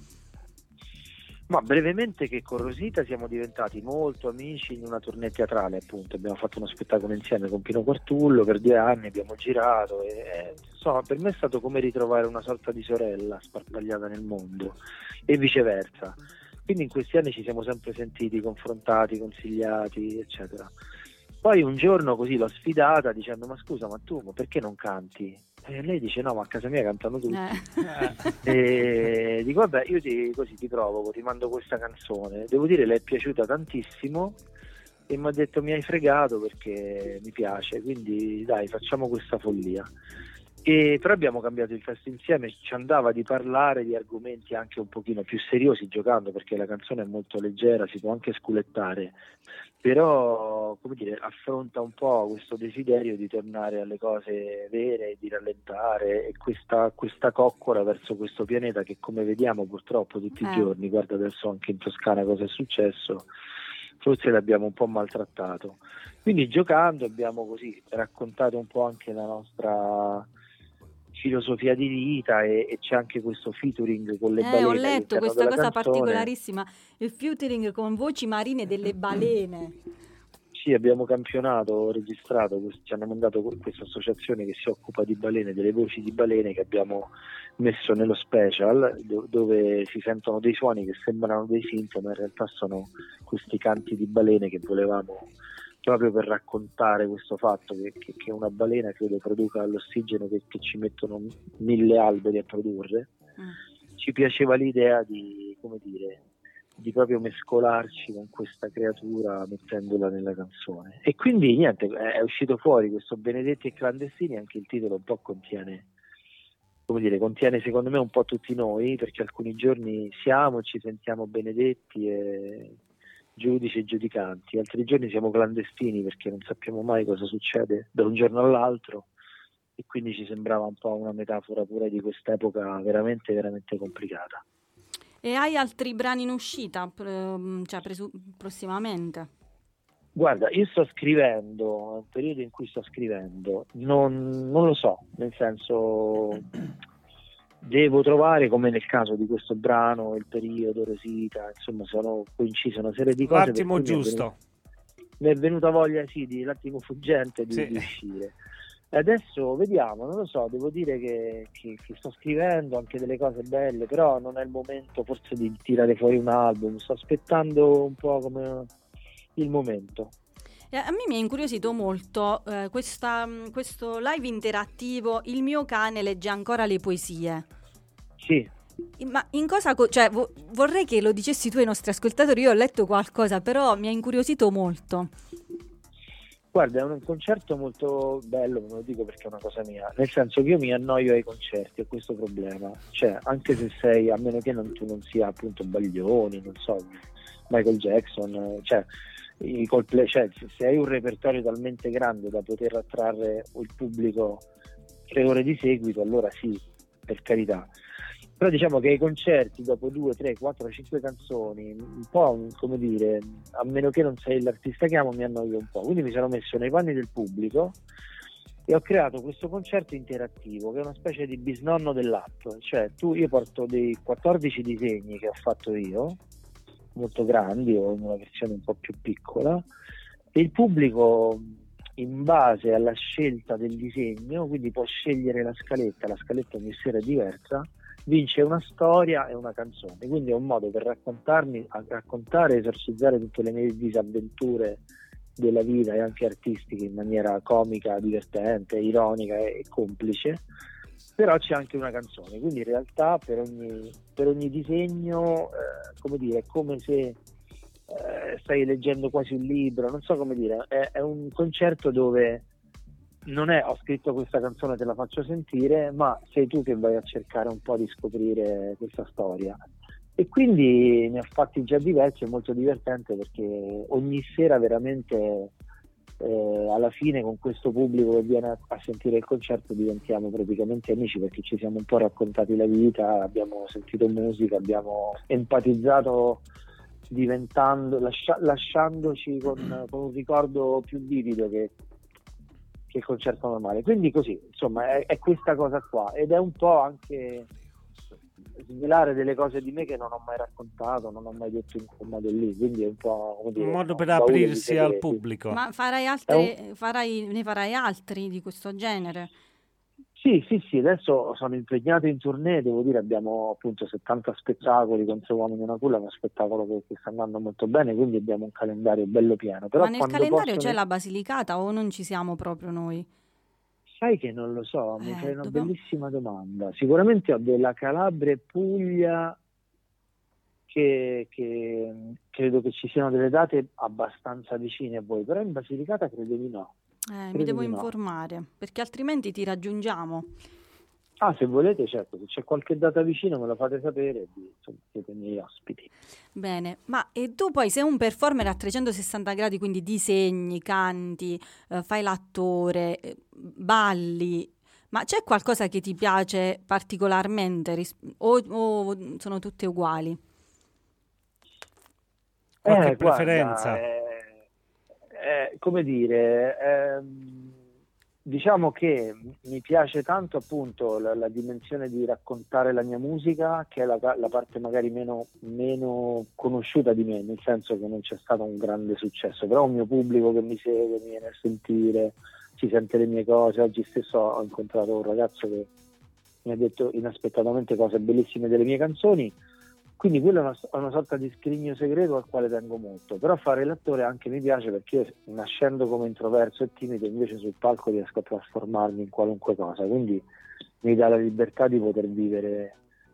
Ma brevemente che con Rosita siamo diventati molto amici in una tournée teatrale, appunto, abbiamo fatto uno spettacolo insieme con Pino Quartullo per due anni, abbiamo girato e eh, insomma per me è stato come ritrovare una sorta di sorella sparpagliata nel mondo e viceversa. Quindi in questi anni ci siamo sempre sentiti, confrontati, consigliati, eccetera. Poi un giorno così l'ho sfidata dicendo: ma scusa, ma tu ma perché non canti? E lei dice: no, ma a casa mia cantano tutti. Eh. E dico: vabbè, io ti, così ti provo, ti mando questa canzone. Devo dire, le è piaciuta tantissimo e mi ha detto: mi hai fregato perché mi piace, quindi dai, facciamo questa follia. E però abbiamo cambiato il testo insieme, ci andava di parlare di argomenti anche un pochino più seriosi giocando, perché la canzone è molto leggera, si può anche sculettare, però come dire, affronta un po' questo desiderio di tornare alle cose vere, di rallentare, e questa, questa coccola verso questo pianeta che, come vediamo purtroppo tutti Eh. i giorni, guarda adesso anche in Toscana cosa è successo, forse l'abbiamo un po' maltrattato. Quindi giocando abbiamo così raccontato un po' anche la nostra filosofia di vita e, e c'è anche questo featuring con le Eh, balene ho letto all'interno questa della cosa canzone. particolarissima, il featuring con voci marine delle balene. Sì, abbiamo campionato, registrato, quest- ci hanno mandato que- questa associazione che si occupa di balene, delle voci di balene che abbiamo messo nello special, do- dove si sentono dei suoni che sembrano dei synth, ma in realtà sono questi canti di balene che volevamo proprio per raccontare questo fatto che, che- che una balena credo produca l'ossigeno che, che ci mettono mille alberi a produrre. Mm. Ci piaceva l'idea di, come dire, di proprio mescolarci con questa creatura mettendola nella canzone. E quindi niente, è è uscito fuori questo Benedetti e Clandestini, anche il titolo un po' contiene, come dire, contiene secondo me un po' tutti noi, perché alcuni giorni siamo, ci sentiamo benedetti e giudici e giudicanti, altri giorni siamo clandestini perché non sappiamo mai cosa succede da un giorno all'altro, e quindi ci sembrava un po' una metafora pure di quest'epoca veramente, veramente complicata. E hai altri brani in uscita, pr- cioè presu- prossimamente? Guarda, io sto scrivendo, è un periodo in cui sto scrivendo, non, non lo so, nel senso devo trovare, come nel caso di questo brano, il periodo, Rosita, insomma sono coincise una serie di cose. per L'attimo cui mi è giusto. venuta- Mi è venuta voglia, sì, di l'attimo fuggente di, Sì. di uscire. E adesso vediamo, non lo so, devo dire che, che- che sto scrivendo anche delle cose belle, però non è il momento forse di tirare fuori un album, sto aspettando un po' come il momento. Eh, A me mi è incuriosito molto eh, questa- questo live interattivo, Il mio cane legge ancora le poesie. Sì, Ma in cosa, co- cioè, vo- vorrei che lo dicessi tu ai nostri ascoltatori. Io ho letto qualcosa, però mi ha incuriosito molto. guarda, è un concerto molto bello, me lo dico perché è una cosa mia, nel senso che io mi annoio ai concerti, ho questo problema, cioè anche se sei, a meno che non, tu non sia appunto Baglioni, non so, Michael Jackson, eh, cioè, i Coldplay, cioè se hai un repertorio talmente grande da poter attrarre il pubblico tre ore di seguito, allora sì, per carità. Però diciamo che ai concerti dopo due, tre, quattro, cinque canzoni, un po' come dire, a meno che non sei l'artista che amo, mi annoio un po'. Quindi mi sono messo nei panni del pubblico e ho creato questo concerto interattivo che è una specie di bisnonno dell'app. Cioè tu, io porto dei quattordici disegni che ho fatto io, molto grandi o in una versione un po' più piccola, e il pubblico in base alla scelta del disegno, quindi può scegliere la scaletta, la scaletta ogni sera è diversa, vince una storia e una canzone, quindi è un modo per raccontarmi, a raccontare e esorcizzare tutte le mie disavventure della vita e anche artistiche in maniera comica, divertente, ironica e complice, però c'è anche una canzone, quindi in realtà per ogni, per ogni disegno, eh, come dire, è come se eh, stai leggendo quasi un libro, non so come dire, è, è un concerto dove non è ho scritto questa canzone, te la faccio sentire, ma sei tu che vai a cercare un po' di scoprire questa storia. E quindi ne ho fatti già diversi, è molto divertente perché ogni sera veramente eh, alla fine con questo pubblico che viene a, a sentire il concerto diventiamo praticamente amici, perché ci siamo un po' raccontati la vita, abbiamo sentito musica, abbiamo empatizzato diventando, lascia, lasciandoci con, con un ricordo più vivido che che il concerto normale, quindi così insomma è, è questa cosa qua, ed è un po' anche svelare delle cose di me che non ho mai raccontato, non ho mai detto in quel modo lì, quindi è un po' come dire, Un modo per un baule di aprirsi al segreti. pubblico. Ma farai altre, farai, ne farai altri di questo genere? Sì, sì, sì, adesso sono impegnato in tournée, devo dire abbiamo appunto settanta spettacoli con Tre Uomini e una Culla, uno spettacolo che, che sta andando molto bene, quindi abbiamo un calendario bello pieno. Però Ma nel quando calendario posso c'è ne- la Basilicata o non ci siamo proprio noi? Sai che non lo so, mi Eh, fai una dobbiamo- bellissima domanda. Sicuramente ho della Calabria e Puglia che, che credo che ci siano delle date abbastanza vicine a voi, però in Basilicata credo di no. Eh, mi Credo devo di no. informare, perché altrimenti ti raggiungiamo. Ah, se volete, certo, se c'è qualche data vicina me la fate sapere, vi- insomma, siete miei ospiti. Bene, ma e tu poi sei un performer a trecentosessanta gradi, quindi disegni, canti, eh, fai l'attore, eh, balli, ma c'è qualcosa che ti piace particolarmente ris- o, o sono tutte uguali? Qualche Eh, guarda, preferenza? eh, eh, come dire, ehm, diciamo che mi piace tanto appunto la, la dimensione di raccontare la mia musica, che è la, la parte magari meno, meno conosciuta di me, nel senso che non c'è stato un grande successo, però un mio pubblico che mi segue, mi viene a sentire, si sente le mie cose. Oggi stesso ho incontrato un ragazzo che mi ha detto inaspettatamente cose bellissime delle mie canzoni. Quindi quello è una, è una sorta di scrigno segreto al quale tengo molto, però fare l'attore anche mi piace, perché io, nascendo come introverso e timido, invece sul palco riesco a trasformarmi in qualunque cosa, quindi mi dà la libertà di poter vivere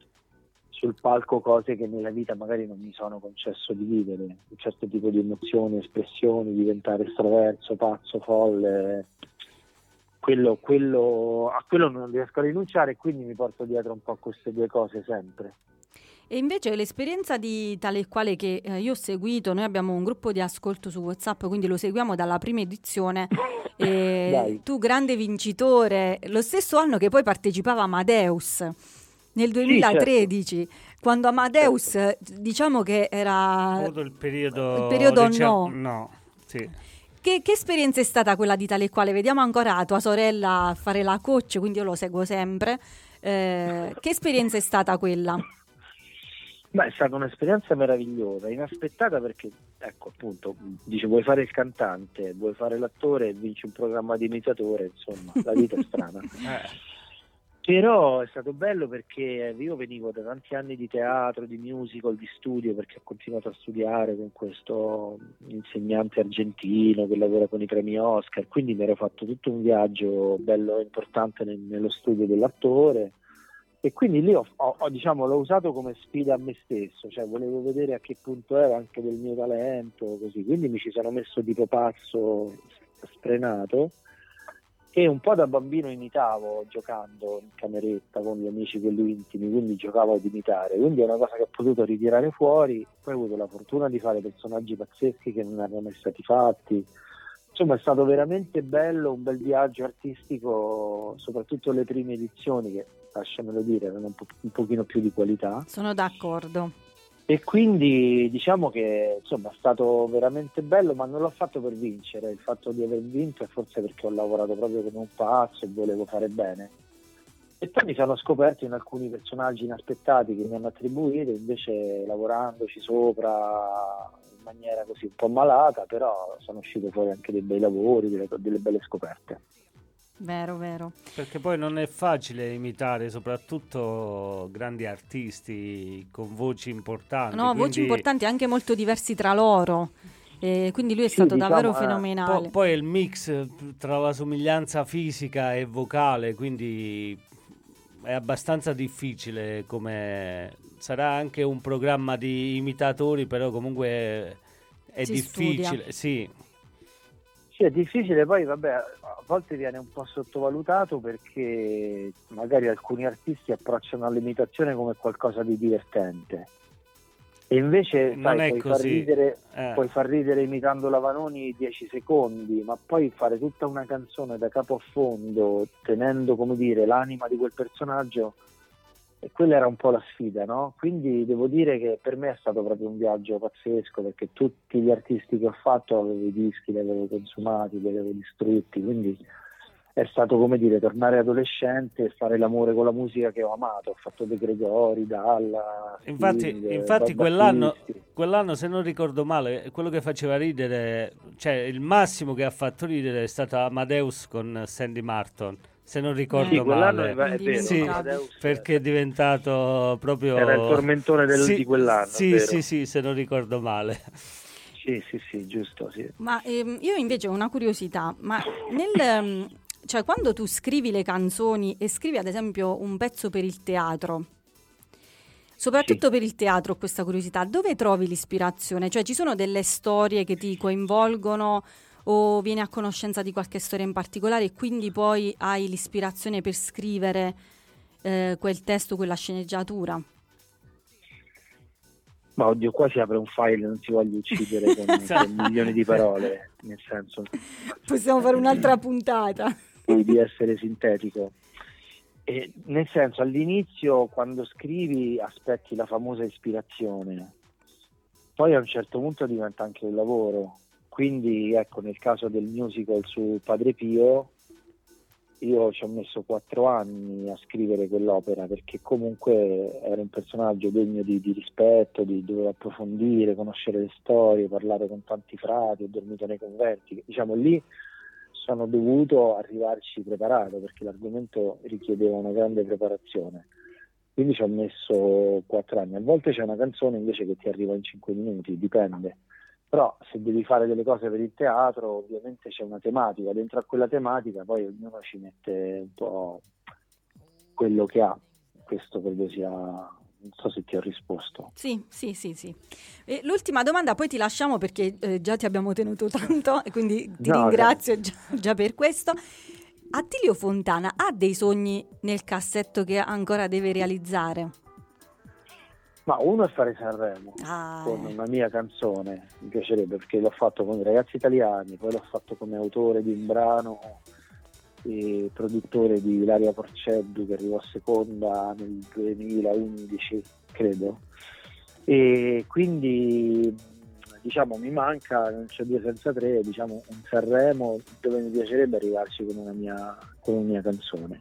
sul palco cose che nella vita magari non mi sono concesso di vivere, un certo tipo di emozioni, espressioni, diventare estroverso, pazzo, folle. Quello, quello, a quello non riesco a rinunciare, e quindi mi porto dietro un po' queste due cose sempre. E invece l'esperienza di Tale e Quale che eh, io ho seguito, noi abbiamo un gruppo di ascolto su WhatsApp, quindi lo seguiamo dalla prima edizione. E Dai. tu grande vincitore, lo stesso anno che poi partecipava Amadeus, nel duemilatredici, quando Amadeus, Certo. diciamo che era Avuto il periodo, il periodo diciamo- no. no, sì. Che, che esperienza è stata quella di Tale e Quale? Vediamo ancora tua sorella fare la coach, quindi io lo seguo sempre. Eh, che esperienza è stata quella? Beh, è stata un'esperienza meravigliosa, inaspettata, perché, ecco, appunto, dice, vuoi fare il cantante, vuoi fare l'attore e vinci un programma di imitatore, insomma, la vita è strana. Eh, Però è stato bello perché io venivo da tanti anni di teatro, di musical, di studio, perché ho continuato a studiare con questo insegnante argentino che lavora con i premi Oscar, quindi mi ero fatto tutto un viaggio bello importante nel- nello studio dell'attore, e quindi lì ho, ho- ho, diciamo, l'ho usato come sfida a me stesso, cioè volevo vedere a che punto ero anche del mio talento, così, quindi mi ci sono messo tipo pazzo, sfrenato. E un po' da bambino imitavo giocando in cameretta con gli amici, quelli intimi, quindi giocavo ad imitare, quindi è una cosa che ho potuto ritirare fuori. Poi ho avuto la fortuna di fare personaggi pazzeschi che non erano mai stati fatti. Insomma, è stato veramente bello, un bel viaggio artistico, soprattutto le prime edizioni, che, lasciamelo dire, erano un, po- un pochino più di qualità. Sono d'accordo. E quindi diciamo che insomma è stato veramente bello, ma non l'ho fatto per vincere. Il fatto di aver vinto è forse perché ho lavorato proprio come un pazzo e volevo fare bene. E poi mi sono scoperto in alcuni personaggi inaspettati che mi hanno attribuito, invece lavorandoci sopra in maniera così un po' malata, però sono usciti fuori anche dei bei lavori, delle, delle belle scoperte. Vero, vero. perché poi non è facile imitare soprattutto grandi artisti con voci importanti. No, voci quindi importanti anche molto diversi tra loro. E quindi lui è Sì, stato diciamo, davvero eh, fenomenale. po- poi il mix tra la somiglianza fisica e vocale, quindi è abbastanza difficile, come sarà anche un programma di imitatori, però comunque è, è Si difficile, sì. Sì, è difficile, poi vabbè, a volte viene un po' sottovalutato perché magari alcuni artisti approcciano all'imitazione come qualcosa di divertente, e invece Non sai, è puoi, far così. ridere, Eh. puoi far ridere imitando la Vanoni dieci secondi, ma poi fare tutta una canzone da capo a fondo tenendo, come dire, l'anima di quel personaggio, e quella era un po' la sfida, no? Quindi devo dire che per me è stato proprio un viaggio pazzesco, perché tutti gli artisti che ho fatto avevo i dischi, li avevo consumati, li avevo distrutti, quindi è stato, come dire, tornare adolescente e fare l'amore con la musica che ho amato. Ho fatto De Gregori, Dalla, Infatti, Sting, infatti Bob quell'anno, Battisti. quell'anno, se non ricordo male, quello che faceva ridere, cioè il massimo che ha fatto ridere è stato Amadeus con Sandy Martin, se non ricordo Sì, quell'anno male. è, è vero, Sì, Amadeus perché è diventato proprio... era il tormentone del- Sì, di quell'anno, Sì, vero? sì, sì, se non ricordo male. Sì, sì, sì, giusto, sì. Ma ehm, io invece ho una curiosità, ma nel, ehm, cioè quando tu scrivi le canzoni e scrivi ad esempio un pezzo per il teatro, soprattutto Sì. per il teatro ho questa curiosità, dove trovi l'ispirazione? Cioè ci sono delle storie che ti coinvolgono o vieni a conoscenza di qualche storia in particolare e quindi poi hai l'ispirazione per scrivere eh, quel testo, quella sceneggiatura? Ma oddio, qua si apre un file, non si voglio uccidere con, con milioni di parole, nel senso, Possiamo fare un'altra puntata. di essere sintetico. E nel senso, all'inizio, quando scrivi, aspetti la famosa ispirazione, poi a un certo punto diventa anche un lavoro, quindi ecco, nel caso del musical su Padre Pio io ci ho messo quattro anni a scrivere quell'opera, perché comunque era un personaggio degno di, di rispetto, di dover approfondire, conoscere le storie, parlare con tanti frati, ho dormito nei conventi, diciamo lì sono dovuto arrivarci preparato, perché l'argomento richiedeva una grande preparazione, quindi ci ho messo quattro anni. A volte c'è una canzone invece che ti arriva in cinque minuti, dipende. Però se devi fare delle cose per il teatro ovviamente c'è una tematica, dentro a quella tematica poi ognuno ci mette un po' quello che ha. Questo credo sia, non so se ti ho risposto. Sì, sì, sì, sì. E l'ultima domanda, poi ti lasciamo perché eh, già ti abbiamo tenuto tanto e quindi ti No, ringrazio già, già per questo. Attilio Fontana ha dei sogni nel cassetto che ancora deve realizzare? Ma uno è fare Sanremo Ah, con eh. una mia canzone, mi piacerebbe, perché l'ho fatto con i ragazzi italiani, poi l'ho fatto come autore di un brano e produttore di Ilaria Porceddu, che arrivò seconda nel duemilaundici, credo. E quindi diciamo mi manca, non c'è due senza tre, diciamo un Sanremo dove mi piacerebbe arrivarci con una mia, con una mia canzone.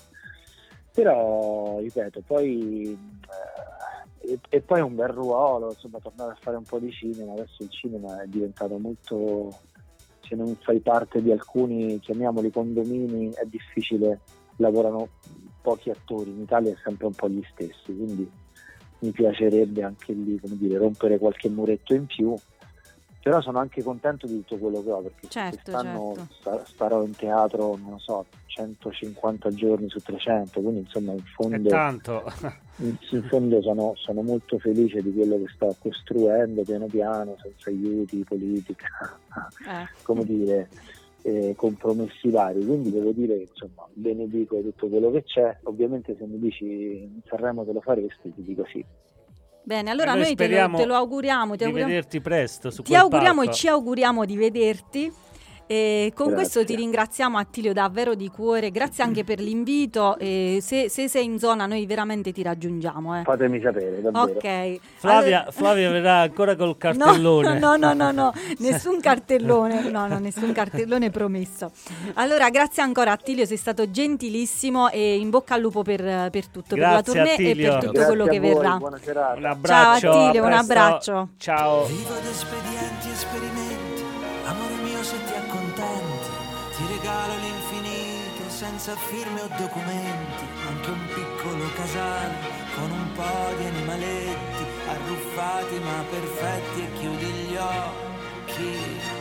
Però ripeto, poi eh, e, e poi è un bel ruolo, insomma, tornare a fare un po' di cinema. Adesso il cinema è diventato molto, se non fai parte di alcuni, chiamiamoli condomini, è difficile, lavorano pochi attori, in Italia è sempre un po' gli stessi, quindi mi piacerebbe anche lì, come dire, rompere qualche muretto in più. Però sono anche contento di tutto quello che ho, perché Certo, quest'anno certo. sta- starò in teatro, non so, centocinquanta giorni su trecento, quindi insomma in È fondo, tanto. in, in fondo sono, sono molto felice di quello che sto costruendo piano piano, senza aiuti, politica, Eh. come dire, eh, compromessi vari, quindi devo dire che insomma benedico tutto quello che c'è. Ovviamente se mi dici in Sanremo te lo faresti, ti dico sì. Bene, allora E noi noi, te, lo, speriamo te lo auguriamo, ti di auguriamo, vederti presto su ti quel auguriamo e palco. ci auguriamo di vederti. E con Grazie. questo ti ringraziamo, Attilio, davvero di cuore, grazie anche per l'invito. E se, se sei in zona noi veramente ti raggiungiamo. Eh. Fatemi sapere, davvero. Ok. Flavia, Allora- Flavia verrà ancora col cartellone. No, no, no, no, no, nessun cartellone, no, no, nessun cartellone promesso. Allora, grazie ancora Attilio, sei stato gentilissimo e in bocca al lupo per, per tutto, Grazie, per la tournée e Attilio. per tutto Grazie quello a che voi, verrà. buona serata. Un abbraccio. Ciao, Attilio, a un presto. abbraccio. Ciao. Vivo di espedienti, esperimenti, amore mio se ti accontenti, ti regalo l'infinito senza firme o documenti, anche un piccolo casale con un po' di animaletti, arruffati ma perfetti e chiudi gli occhi.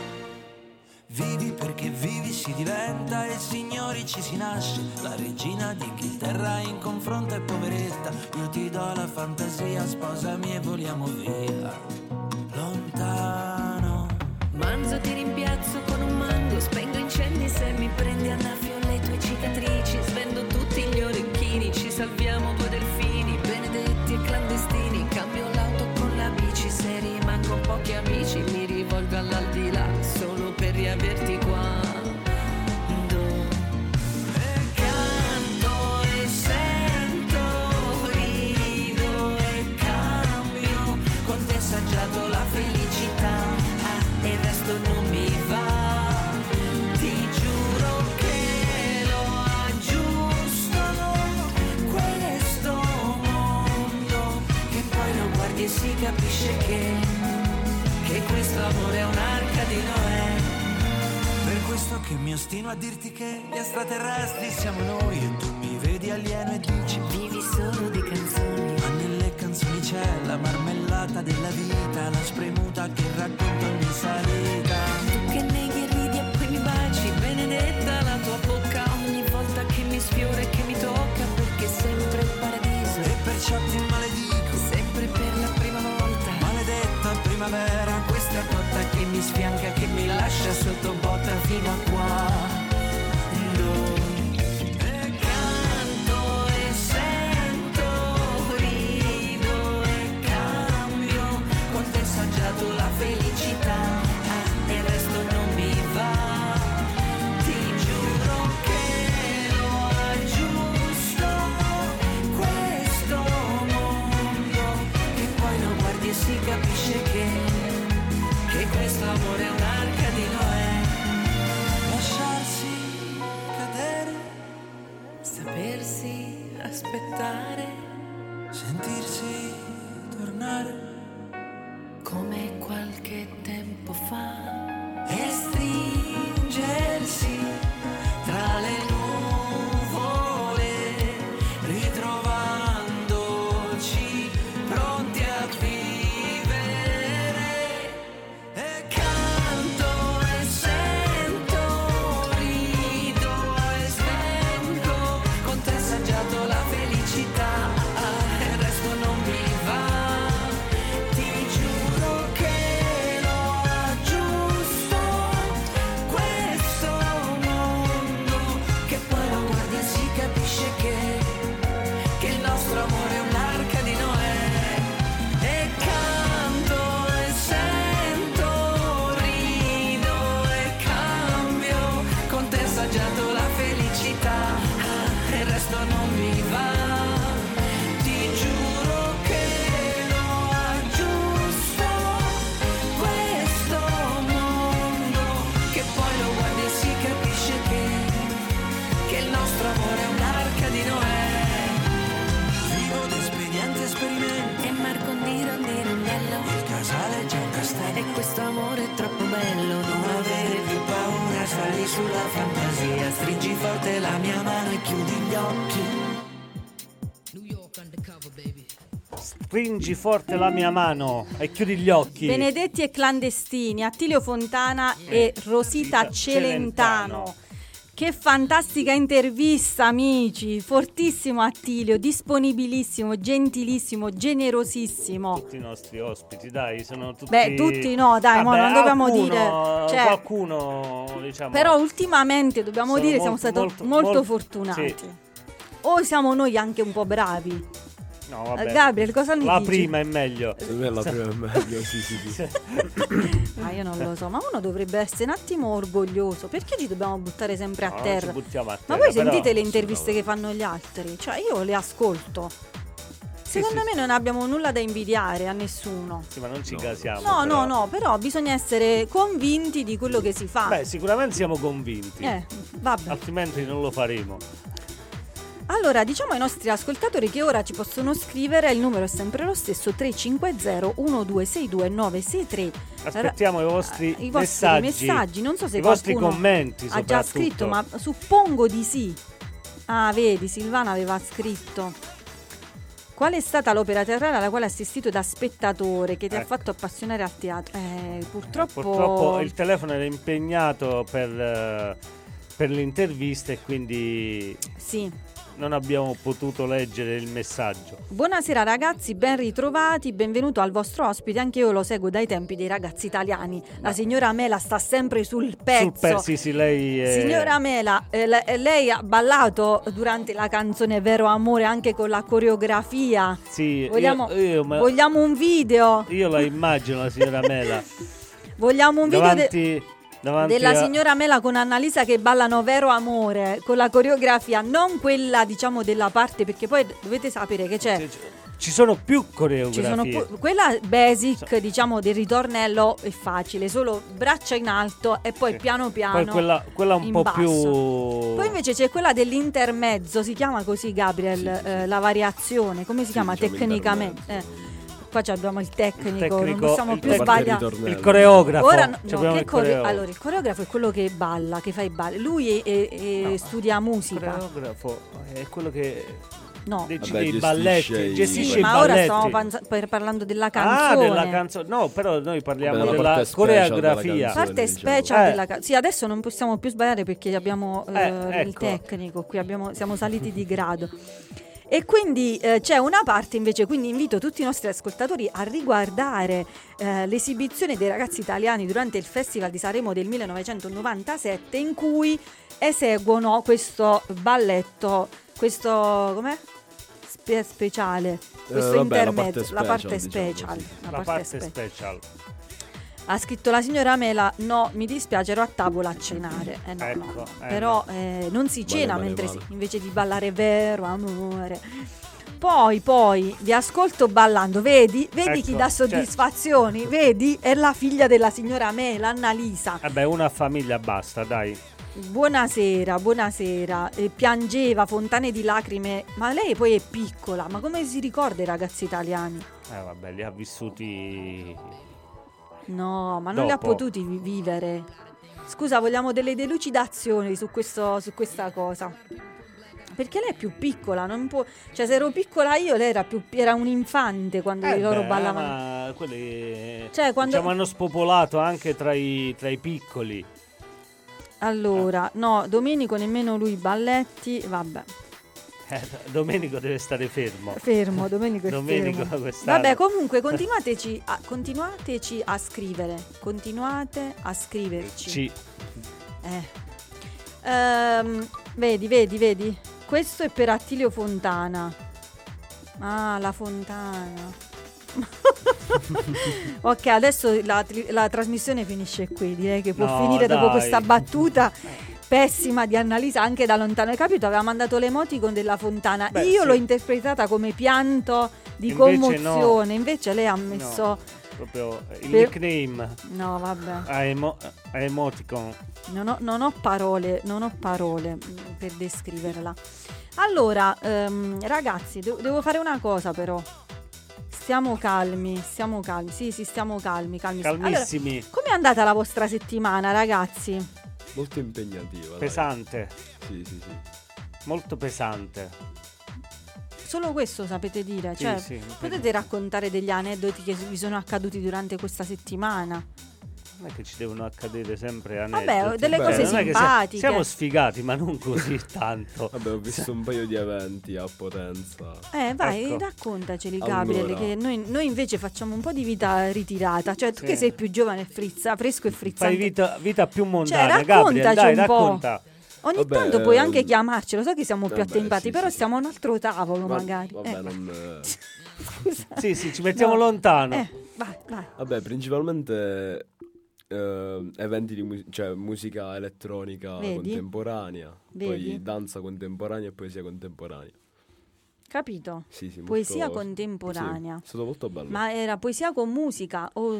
Vivi perché vivi si diventa e signori ci si nasce, la regina d'Inghilterra in confronto è poveretta, io ti do la fantasia, sposami e voliamo via, lontano. Manzo ti rimpiazzo con un mango, spengo incendi se mi prendi a naffio le tue cicatrici, svendo tutti gli orecchini, ci salviamo due delfini, benedetti e clandestini, cambio l'auto con la bici, se rimango pochi amici mi rivolgo all'aldilà solo per riaverti qua. E canto e sento, rido e cambio, Con te assaggiato la felicità, ah, e il resto non mi va. Ti giuro che lo aggiusto questo mondo, che poi lo guardi e si capisce che, che questo amore è un'arca di Noè. per questo che mi ostino a dirti che gli extraterrestri siamo noi e tu mi vedi alieno e dici Vivi solo di canzoni, ma nelle canzoni c'è la marmellata della vita, la spremuta che racconta ogni salita. tu che neghi e ridi e poi mi baci, benedetta la tua bocca ogni volta che mi sfiora e che mi tocca, perché sempre il paradiso, E perciò ti maledico, sempre per la prima volta. maledetta primavera, Questa cotta che mi sfianca, che mi lascia sotto botta fino a qua. e Canto e sento, rido e cambio, con te assaggiato la felicità, ah, e il resto non mi va. Ti giuro che lo aggiusto questo mondo, che poi lo guardi e si capisce che, E questo amore è un'arca di Noè. Lasciarsi cadere, Sapersi aspettare sentirsi tornare come qualche tempo fa e stringersi tra le nuvole, ritrovandoci pronti a vivere. E canto e sento, rido e svento, con te assaggiato la felicità, e il resto non mi va. Ti giuro che lo aggiusto questo mondo, che poi lo guardi e si capisce che, che il nostro amore è un'arca di Noè. E canto e sento, rido e cambio, con te assaggiato la felicità, ah, e il resto non mi va. Ti giuro che lo aggiusto questo mondo, che poi lo guardi e si capisce che, che il nostro amore è un'arca di Noè. Vivo di espedienti esperimenti, e Marcondi Rondi Rondello. il casale è già un castello. E questo amore è troppo bello, Non avere più paura, sali sulla fantasia, stringi forte la mia mano e chiudi gli occhi. Stringi forte la mia mano e chiudi gli occhi. Benedetti e clandestini, Attilio Fontana e Rosita Rosita Celentano. Celentano. Che fantastica intervista, amici. Fortissimo Attilio, disponibilissimo, gentilissimo, generosissimo. Tutti i nostri ospiti, dai, sono tutti. Beh, tutti no, dai, mo Vabbè, non dobbiamo alcuno- dire, cioè- qualcuno, diciamo. Però ultimamente dobbiamo Sono dire siamo molto, stati molto, molto, molto- fortunati. sì. O siamo noi anche un po' bravi. No, vabbè. Gabriel, cosa ne La dici? prima è meglio. Per me la prima è meglio, sì, sì, sì. Ah, io non lo so, ma uno dovrebbe essere un attimo orgoglioso. Perché ci dobbiamo buttare sempre a No, non terra? ci buttiamo a Ma terra, voi però- sentite le interviste che fanno gli altri? Cioè, io le ascolto. Secondo sì, me sì. non abbiamo nulla da invidiare a nessuno. Sì, ma non ci No. casiamo. No, però. no, no, però bisogna essere convinti di quello che si fa. Beh, sicuramente siamo convinti. Eh, vabbè. Altrimenti non lo faremo. Allora, diciamo ai nostri ascoltatori che ora ci possono scrivere, il numero è sempre lo stesso, tre cinque zero uno due sei due nove sei tre. Aspettiamo i vostri, I vostri messaggi, messaggi, non so se i vostri qualcuno commenti ha già soprattutto. scritto, ma suppongo di sì. Ah, vedi, Silvana aveva scritto. Qual è stata l'opera teatrale alla quale hai assistito da spettatore che ti ha Ecco. fatto appassionare al teatro? Eh, purtroppo... Purtroppo il telefono era impegnato per, eh, per l'intervista e quindi Sì. non abbiamo potuto leggere il messaggio. Buonasera ragazzi, ben ritrovati, benvenuto al vostro ospite. Anche io lo seguo dai tempi dei ragazzi italiani. La signora Mela sta sempre sul pezzo. Sul pe- sì, sì, lei è... Signora Mela, eh, le- eh, lei ha ballato durante la canzone Vero Amore anche con la coreografia. Sì, Vogliamo, io, io, ma- vogliamo un video? io la immagino la signora Mela Vogliamo un video de- davanti, davanti della a- signora Mela con Annalisa che ballano Vero Amore con la coreografia, non quella diciamo della parte, perché poi dovete sapere che c'è... Ci sono più Ci coreografie. sono pu- quella basic, diciamo, del ritornello è facile, solo braccia in alto e poi Sì. piano piano. Poi quella, quella un in po' basso. più... Poi invece c'è quella dell'intermezzo, si chiama così Gabriel, Sì, sì, sì. eh, la variazione, come si Sì, chiama diciamo tecnicamente? intermezzo. Eh. Qua ci abbiamo il tecnico, Il tecnico, non possiamo il più tecnico. sbagliare. Ritornello. Il coreografo. Ora no, Ci no, abbiamo che il core- coreografo. allora il coreografo è quello che balla, che fa i balli. Lui è- è- No, studia Il musica. coreografo è quello che No. decide Vabbè, i gestisce balletti, i- gestisce Sì, i ma balletti. ora stiamo panza- per- parlando della Ah, canzone. della canzone. No, però noi parliamo Vabbè, la della parte special della coreografia. canzone. Parte diciamo. special Eh. della ca- sì, adesso non possiamo più sbagliare perché abbiamo eh, Eh, il ecco. tecnico qui, abbiamo- siamo saliti di grado. E quindi eh, c'è una parte invece, quindi invito tutti i nostri ascoltatori a riguardare eh, l'esibizione dei ragazzi italiani durante il Festival di Sanremo del millenovecentonovantasette, in cui eseguono questo balletto, questo com'è? Spe- speciale, questo Eh, vabbè, la intermezzo, parte la parte special, diciamo, special, sì. la La parte parte special. special. Ha scritto la signora Mela: no, mi dispiace, ero a tavola a cenare. Eh no, Ecco, no. eh Però eh, non si Vale, cena vale, mentre vale. si- invece di ballare Vero Amore. Poi, poi, vi ascolto ballando, vedi? Vedi Ecco, chi dà cioè- soddisfazioni, vedi? È la figlia della signora Mela, Annalisa. Vabbè, una famiglia basta, dai. Buonasera, buonasera. E piangeva, fontane di lacrime, ma lei poi è piccola, ma come si ricorda i ragazzi italiani? Eh vabbè, li ha vissuti. No, ma non li ha Dopo. potuti vi- vivere. Scusa, vogliamo delle delucidazioni su, questo, su questa cosa. Perché lei è più piccola, non può. Cioè, se ero piccola io, lei era, più, era un infante quando Eh loro beh, ballavano. ma quelli Cioè, quando- diciamo, hanno spopolato anche tra i, tra i piccoli. Allora, no, Domenico nemmeno lui balletti, vabbè. Eh, Domenico deve stare fermo. Fermo, Domenico è Domenico fermo. quest'anno. Vabbè, comunque continuateci a, continuateci a scrivere. Continuate a scriverci. Ci. Eh. Ehm, vedi, vedi, vedi. Questo è per Attilio Fontana. Ah, la Fontana. Ok, adesso la, tri- la trasmissione finisce qui. Direi che può No, finire dopo dai. questa battuta pessima di Annalisa anche da lontano. Hai capito? Aveva mandato l'emoticon della Fontana. Beh, Io sì. l'ho interpretata come pianto di Invece commozione. no. Invece lei ha messo. No, proprio il Per- nickname No, vabbè. a, emo- a emoticon. Non ho, non ho parole, non ho parole mm, per descriverla. Allora, ehm, ragazzi, de- devo fare una cosa però. Stiamo calmi, stiamo calmi. Sì, sì, stiamo calmi, calmi. Calmissimi. Allora, com'è andata la vostra settimana, ragazzi? Molto impegnativa. dai. Pesante, Sì, sì, sì. molto pesante. Solo questo sapete dire? Sì, Cioè, sì, potete raccontare degli aneddoti che vi sono accaduti durante questa settimana? Non è che ci devono accadere sempre Vabbè, aneddoti. delle cose non è che sia- simpatiche. siamo sfigati, ma non così tanto. Vabbè, ho visto un paio di eventi a Potenza. Eh, vai, Ecco. raccontaceli, Gabriele, Allora. che noi, noi invece facciamo un po' di vita ritirata. Cioè, tu Sì. che sei più giovane e frizza, fresco e frizzante. Fai vita, vita più mondana, Cioè, Gabriele, raccontaci dai, un po'. racconta. Ogni Vabbè, tanto puoi ehm, anche chiamarci, lo so che siamo più vabbè, attempati, sì, però sì, stiamo a un altro tavolo Va- magari. Vabbè, Eh, non... eh. scusa. Sì, sì, ci mettiamo No. lontano. Eh, vai, vai. Vabbè, principalmente eh, eventi di mu- cioè, musica elettronica Vedi? contemporanea, Vedi? poi danza contemporanea e poesia contemporanea. Capito? Sì, sì, Poesia molto- contemporanea. Sì, è stato molto bello. Ma era poesia con musica o...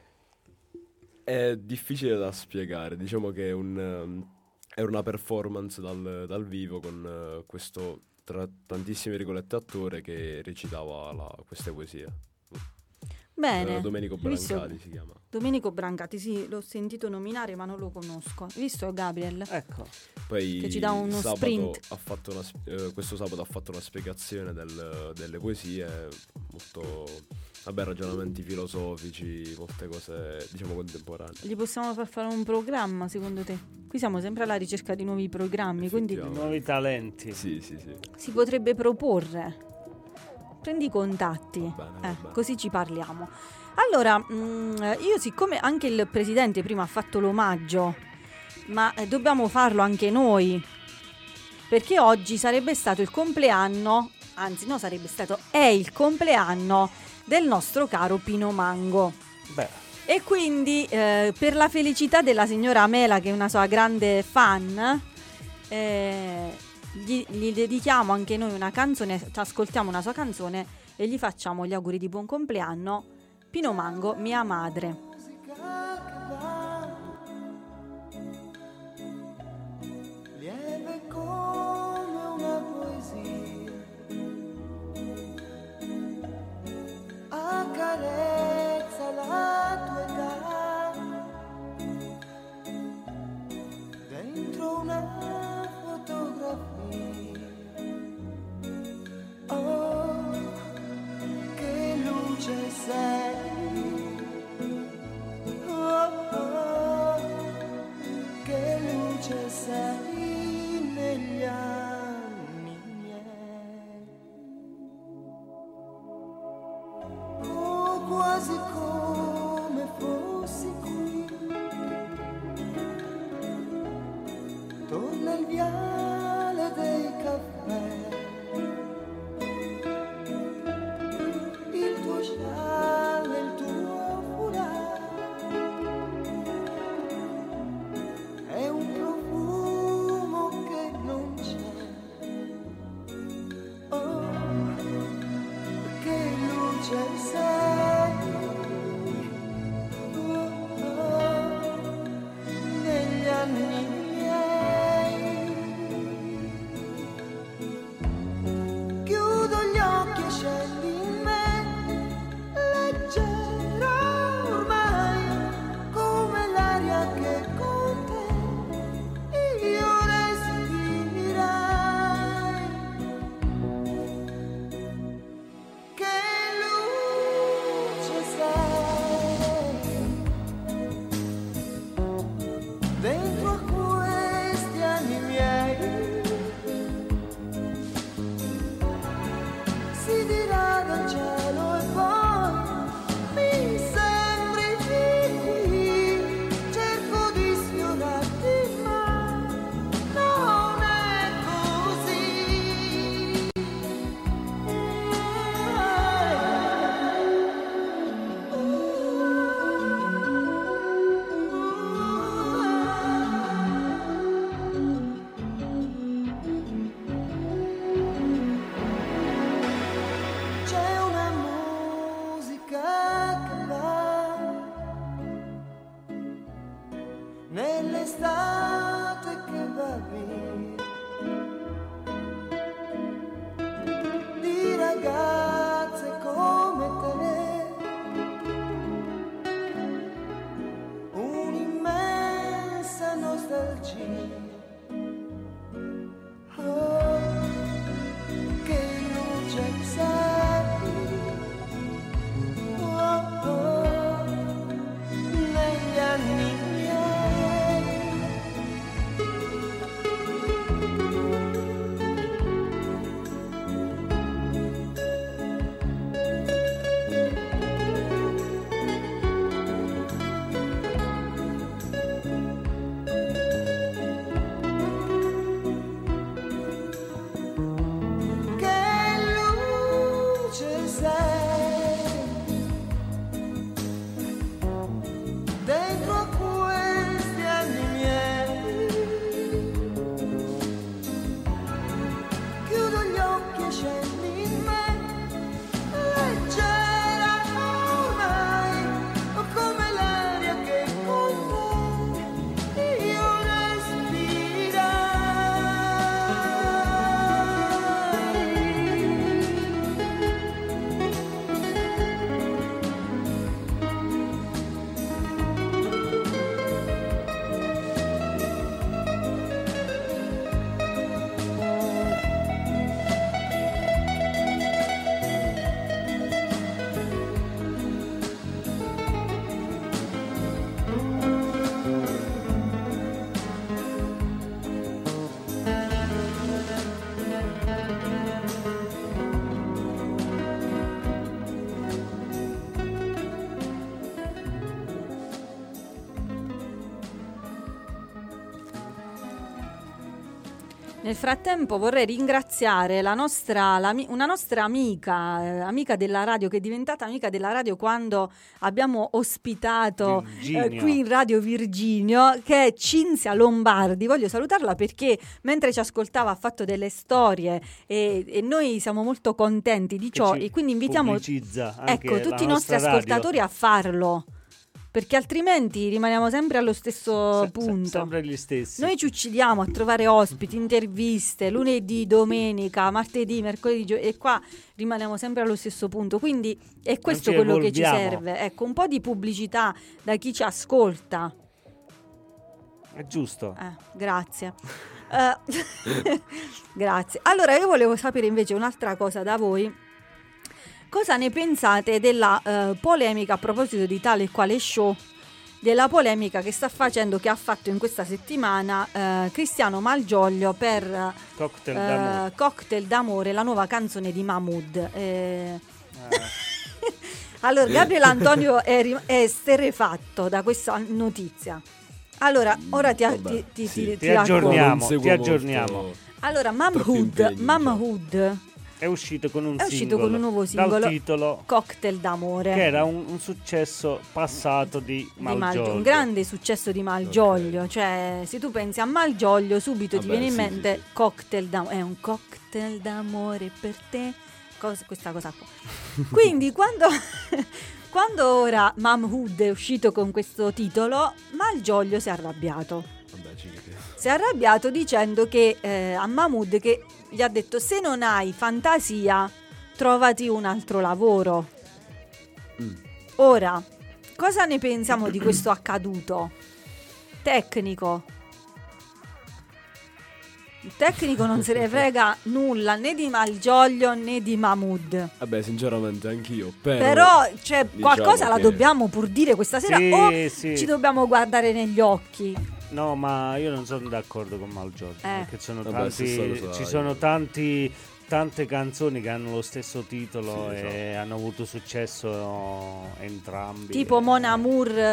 È difficile da spiegare, diciamo che è, un, ehm, è una performance dal, dal vivo con eh, questo, tra tantissime virgolette, attore che recitava la- queste poesie. Bene. Eh, Domenico Hai visto? Brancati si chiama. Domenico Brancati, sì, l'ho sentito nominare ma non lo conosco. Hai visto, Gabriel? Ecco. Poi Che ci dà uno sabato sprint. ha fatto una sp- eh, questo sabato ha fatto una spiegazione del- delle poesie, molto, vabbè, ragionamenti filosofici, molte cose, diciamo, contemporanee. Gli possiamo far fare un programma, secondo te? Qui siamo sempre alla ricerca di nuovi programmi, quindi Effettivamente. Nuovi talenti. Sì, sì, sì. si potrebbe proporre. Prendi i contatti, Va bene, va eh, bene. così ci parliamo. Allora, mm, io siccome anche il presidente prima ha fatto l'omaggio, ma eh, dobbiamo farlo anche noi, perché oggi sarebbe stato il compleanno, anzi no, sarebbe stato, è il compleanno del nostro caro Pino Mango. Beh, E quindi eh, per la felicità della signora Mela, che è una sua grande fan, eh, gli, gli dedichiamo anche noi una canzone, ci ascoltiamo una sua canzone e gli facciamo gli auguri di buon compleanno. Pino Mango, mia madre. Lieve come una poesia, accarezza la tua età, dentro una fotografia. Oh, che luce sei, oh, oh, che luce sei negli anni miei. Oh, quasi come fossi qui, torna il viale dei caffè, il tuo scialle, il tuo foulard, è un profumo che non c'è. Oh, Nel frattempo vorrei ringraziare la nostra, la, una nostra amica, eh, amica della radio, che è diventata amica della radio quando abbiamo ospitato eh, qui in Radio Virginio, che è Cinzia Lombardi. Voglio salutarla perché mentre ci ascoltava ha fatto delle storie e, e noi siamo molto contenti di ciò, e quindi invitiamo ecco, tutti i nostri ascoltatori radio. a farlo. Perché altrimenti rimaniamo sempre allo stesso se, punto. Se, sempre gli stessi. Noi ci uccidiamo a trovare ospiti, interviste, lunedì, domenica, martedì, mercoledì, gio- e qua rimaniamo sempre allo stesso punto. Quindi è questo quello evolviamo. che ci serve. Ecco, un po' di pubblicità da chi ci ascolta. È giusto. Eh, grazie. uh, grazie. Allora, io volevo sapere invece un'altra cosa da voi. Cosa ne pensate della uh, polemica a proposito di tale e quale show, della polemica che sta facendo, che ha fatto in questa settimana uh, Cristiano Malgioglio per uh, Cocktail, uh, d'amore. Cocktail d'amore, la nuova canzone di Mahmood. Eh... Ah. Allora, Gabriele Antonio è, rim- è esterrefatto da questa notizia. Allora, ora ti, Vabbè, ti, ti, sì. ti, ti, ti aggiorniamo. Ti aggiorniamo. Molto... Allora, Mahmood, Mahmood è uscito con un è singolo, uscito con un nuovo singolo dal titolo Cocktail d'amore, che era un, un successo passato di Malgioglio, Malgioglio, un grande successo di Malgioglio. Okay. Cioè, se tu pensi a Malgioglio subito Vabbè, ti viene in sì, mente sì, sì. Cocktail d'amore, è un cocktail d'amore per te, cosa, questa cosa qua. Quindi quando quando ora Mahmood è uscito con questo titolo, Malgioglio si è arrabbiato. Vabbè, ci si è arrabbiato dicendo che eh, a Mahmood, che gli ha detto: se non hai fantasia, trovati un altro lavoro. Mm. Ora, cosa ne pensiamo di questo accaduto? Tecnico. Il tecnico non se ne frega nulla né di Malgioglio né di Mahmood. Vabbè, sinceramente anch'io. Però, però cioè, diciamo qualcosa che... la dobbiamo pur dire questa sera, sì, o sì. ci dobbiamo guardare negli occhi. No, ma io non sono d'accordo con Malgioglio, eh. perché sono Vabbè, tanti, ci sono tanti, tante canzoni che hanno lo stesso titolo, sì, e esatto. hanno avuto successo entrambi. Tipo e... Mon Amour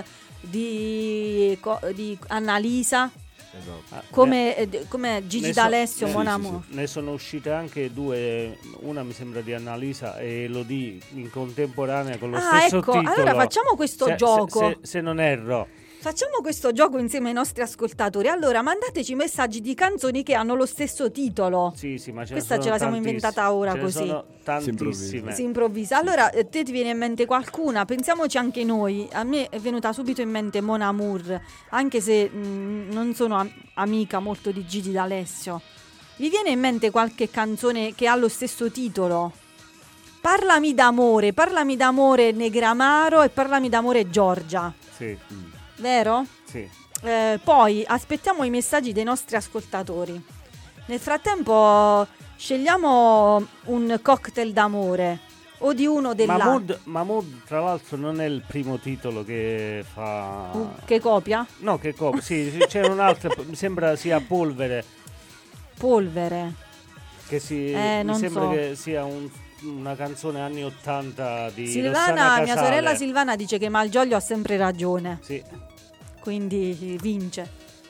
di, di Annalisa. Esatto. Come, eh, come Gigi so, D'Alessio, ne, Mon sì, Amour. Sì, sì. Ne sono uscite anche due, una mi sembra di Annalisa e Elodie in contemporanea con lo ah, stesso ecco, titolo. Allora facciamo questo se, gioco. Se, se, se non erro. Facciamo questo gioco insieme ai nostri ascoltatori. Allora, mandateci messaggi di canzoni che hanno lo stesso titolo. Sì, sì, ma ce Questa ne sono ce la siamo tantissime. inventata ora ce così. Ne sono tantissime. Si improvvisa. Si improvvisa. Allora, te ti viene in mente qualcuna? Pensiamoci anche noi. A me è venuta subito in mente Mon Amour, anche se mh, non sono am- amica molto di Gigi D'Alessio. Vi viene in mente qualche canzone che ha lo stesso titolo? Parlami d'amore, parlami d'amore Negramaro e parlami d'amore Giorgia. Sì. Mm. Vero? Sì. Eh, poi aspettiamo i messaggi dei nostri ascoltatori. Nel frattempo scegliamo un cocktail d'amore o di uno della Mahmood, Mahmood tra l'altro non è il primo titolo che fa uh, che copia? No, che copia. Sì, sì, c'è un altro, mi sembra sia Polvere. Polvere. Che si eh, mi sembra so. che sia un una canzone anni ottanta di Silvana, mia sorella Silvana dice che Malgioglio ha sempre ragione. Sì. Quindi vince.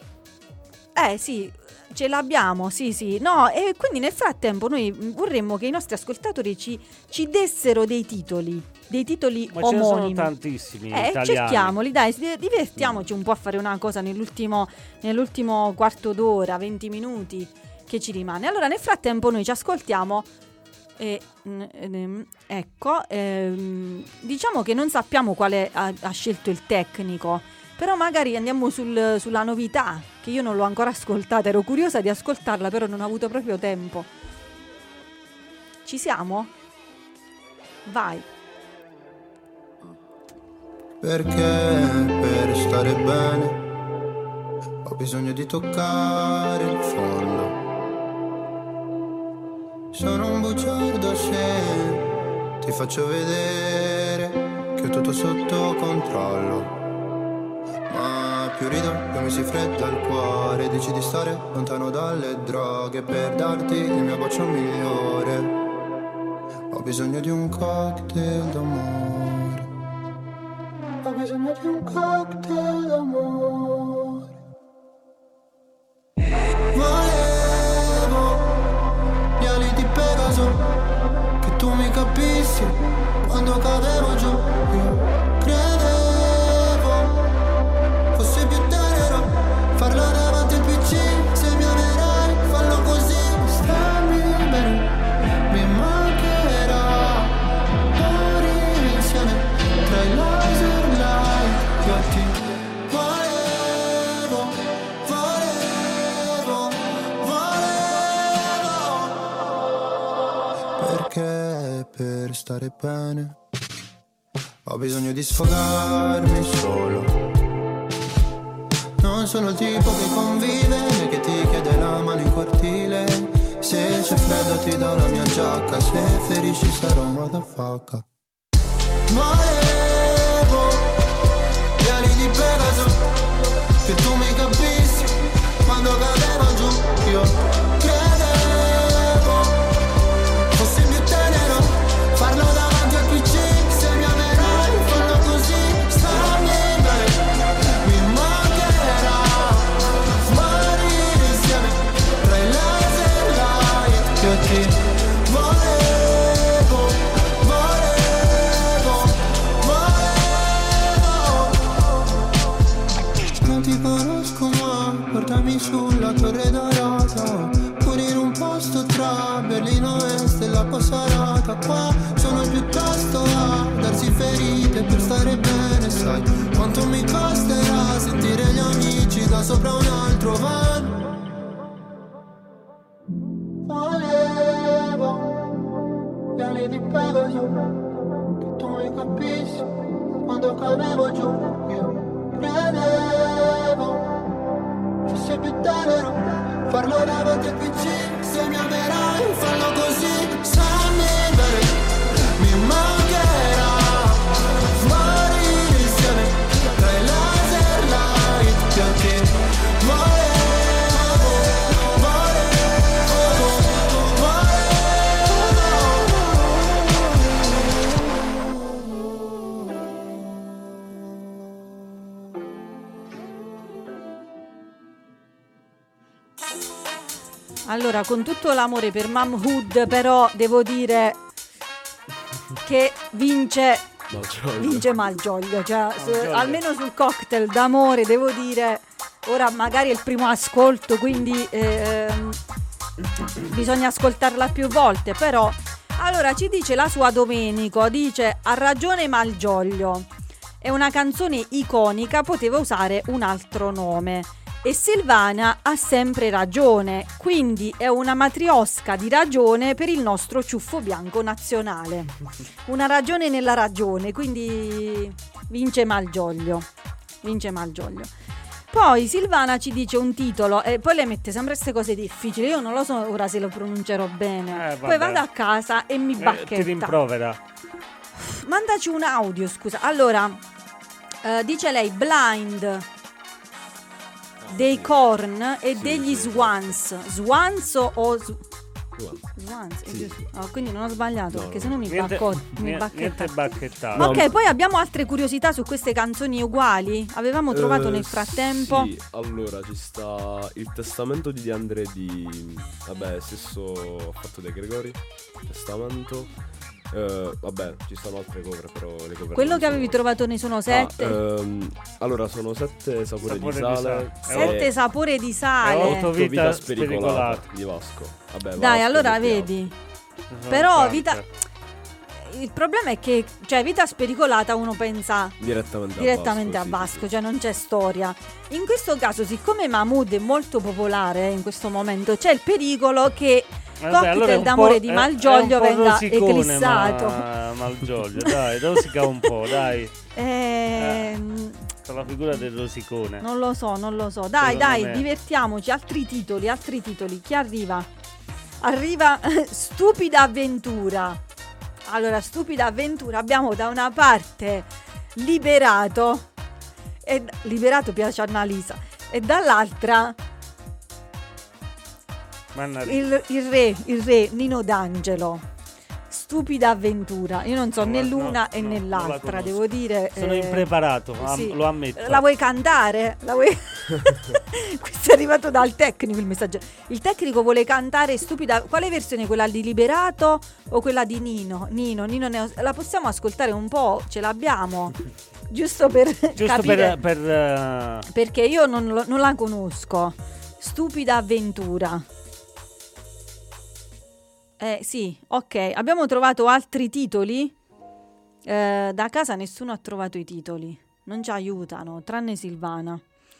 Eh sì, ce l'abbiamo, sì sì. No, e quindi nel frattempo noi vorremmo che i nostri ascoltatori ci, ci dessero dei titoli, dei titoli Ma omonimi. ce ne sono tantissimi eh, italiani. cerchiamoli, dai, divertiamoci un po' a fare una cosa nell'ultimo, nell'ultimo quarto d'ora, venti minuti che ci rimane. Allora nel frattempo noi ci ascoltiamo. E, ehm, ecco, ehm, diciamo che non sappiamo quale ha, ha scelto il tecnico, però magari andiamo sul, sulla novità, che io non l'ho ancora ascoltata, ero curiosa di ascoltarla, però non ho avuto proprio tempo. Ci siamo? Vai. Perché per stare bene ho bisogno di toccare il fondo. Sono un bugiardo se ti faccio vedere che ho tutto sotto controllo. Ma più rido, più mi si fredda il cuore. Dici di stare lontano dalle droghe per darti il mio bacio migliore. Ho bisogno di un cocktail d'amore. Ho bisogno di un cocktail d'amore. Volevo capissi quando cadevo giù. Io credevo fosse più tenero farlo davanti al P C. Se mi amerai fallo così, stammi bene, mi mancherà morire insieme tra i laser light. Io ti volevo, volevo, volevo, perché per stare bene ho bisogno di sfogarmi solo. Non sono il tipo che convive né che ti chiede la mano in cortile. Se c'è freddo ti do la mia giacca, se ferisci sarò un motherfucker. Volevo gli ali di Pegaso, che tu mi capissi quando cadevo giù. Io credevo fosse più tenero farlo davanti al P C. Se mi amerai fallo così, stammi bene, mi mancherà morire insieme tra i laser light. Io ti volevo, volevo, volevo. Non ti conosco ma portami sulla torre dorata, pure in un posto tra Berlino Est e la Passarata. Qua sono piuttosto a darsi ferite per stare bene. Sai quanto mi costerà sentire gli amici da sopra un altro van. Volevo gli ali di Pegaso, che tu mi capissi quando cadevo giù. Io credevo fosse più tenero farlo davanti al P C. Se mi amerai fallo così, stammi bene, mi mancherà morire insieme tra i laser light. Io ti volevo, volevo, Allora, con tutto l'amore per Mahmood, però devo dire che vince Malgioglio. vince Malgioglio, cioè, su- Malgioglio. almeno sul cocktail d'amore devo dire. Ora magari è il primo ascolto, quindi ehm, bisogna ascoltarla più volte, però. Allora ci dice la sua Domenico, dice: ha ragione Malgioglio, è una canzone iconica, poteva usare un altro nome. E Silvana ha sempre ragione, quindi è una matriosca di ragione per il nostro ciuffo bianco nazionale. Una ragione nella ragione, quindi vince Malgioglio. Vince Malgioglio. Poi Silvana ci dice un titolo e poi le mette sempre queste cose difficili. Io non lo so ora se lo pronuncerò bene. Eh, poi vabbè. vado a casa e mi Eh, ti bacchetta. rimprovera. Mandaci un audio, scusa. Allora, eh, dice lei Blind dei Korn e Sì, degli sì. Swans. Swans o Sw- Guarda. Swans? è Sì. giusto? Ah, quindi non ho sbagliato, No, perché no. sennò mi Niente, bacco- mi niente, bacchetta. niente bacchettato. Ma No, ok, ma- poi abbiamo altre curiosità su queste canzoni uguali? Avevamo trovato Eh, nel frattempo. Sì, allora ci sta il testamento di De André di vabbè, stesso fatto De Gregori, testamento. Eh, vabbè, ci stanno altre cover, però le cover Quello non che avevi sono- trovato ne sono sette. Ah, ehm, allora sono sette sapori Sapore di di sale, sale. Sette e sapore di È sale. otto otto vita spericolata spericolata. di Vasco. Vabbè, Dai, Vasco allora è più alto. vedi. Sono Però tante. vita il problema è che, cioè, vita spericolata uno pensa Direttamente, direttamente a a Vasco, sì, Vasco, sì, cioè non c'è storia. In questo caso, siccome Mahmood è molto popolare in questo momento, c'è il pericolo che Vabbè, cocktail allora è un d'amore po'- di è- Malgioglio è un po' venga rosicone, eclissato. ma- Malgioglio, dai, rosica un po', dai. Ehm, Con la figura del rosicone. non lo so, non lo so. Dai, Secondo dai, me. divertiamoci. Altri titoli, altri titoli. Chi arriva? Arriva Stupida Avventura. Allora, Stupida Avventura, abbiamo da una parte Liberato, e Liberato piace a Annalisa, e dall'altra Mannaggia. il, il re, il re Nino D'Angelo. Stupida Avventura. Io non so No, né no, l'una no, e non né la l'altra, conosco. devo dire. Sono eh, impreparato, am- sì. lo ammetto. La vuoi cantare? La vuoi... Questo è arrivato dal tecnico il messaggio. Il tecnico vuole cantare Stupida. Quale versione? Quella di Liberato o quella di Nino? Nino, Nino ne... la possiamo ascoltare un po'? Ce l'abbiamo? Giusto per Giusto capire. per, per uh... Perché io non, lo, non la conosco. Stupida avventura. Eh sì, ok. Abbiamo trovato altri titoli. Eh, da casa nessuno ha trovato i titoli. Non ci aiutano, tranne Silvana.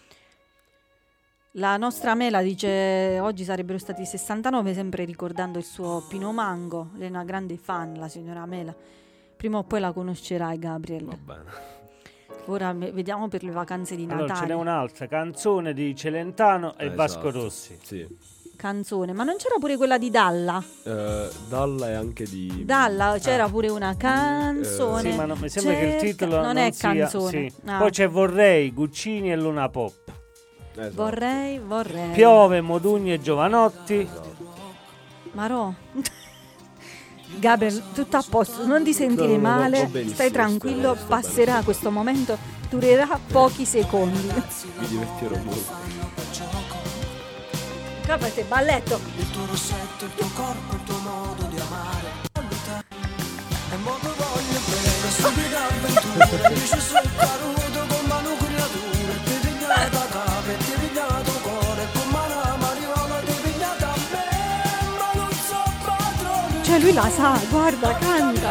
La nostra Mela dice oggi sarebbero stati sessantanove, sempre ricordando il suo Pino Mango. Lei è una grande fan, la signora Mela. Prima o poi la conoscerai, Gabriel. Va bene. Ora me- vediamo per le vacanze di Natale. Allora ce n'è un'altra canzone di Celentano e Esatto. Vasco Rossi. Sì. Canzone, ma non c'era pure quella di Dalla? Eh, Dalla è anche di... Dalla c'era pure una canzone. Sì, ma no, mi sembra che il Cerca- titolo non, non è sia- canzone. sì. Ah. Poi c'è Vorrei, Guccini e Luna Pop. Esatto. Vorrei, vorrei. Piove, Modugni e Giovanotti. Marò. Gabriel, tutto a posto, non ti sentire No, no, no, male, va benissimo, stai sto tranquillo, bene, sto passerà bene. questo momento, durerà pochi secondi. Mi divertirò molto. Capite, balletto. Il tuo rossetto, il tuo corpo, il tuo modo di amare. E mo tu voglio bene, stupida avventura. Dici sul caruto con mano creatura. Ti pigliata capo e ti pigliato cuore. Con mano mariola ti pigliata a me. Ma non so padrone. Cioè lui la sa, guarda, canta.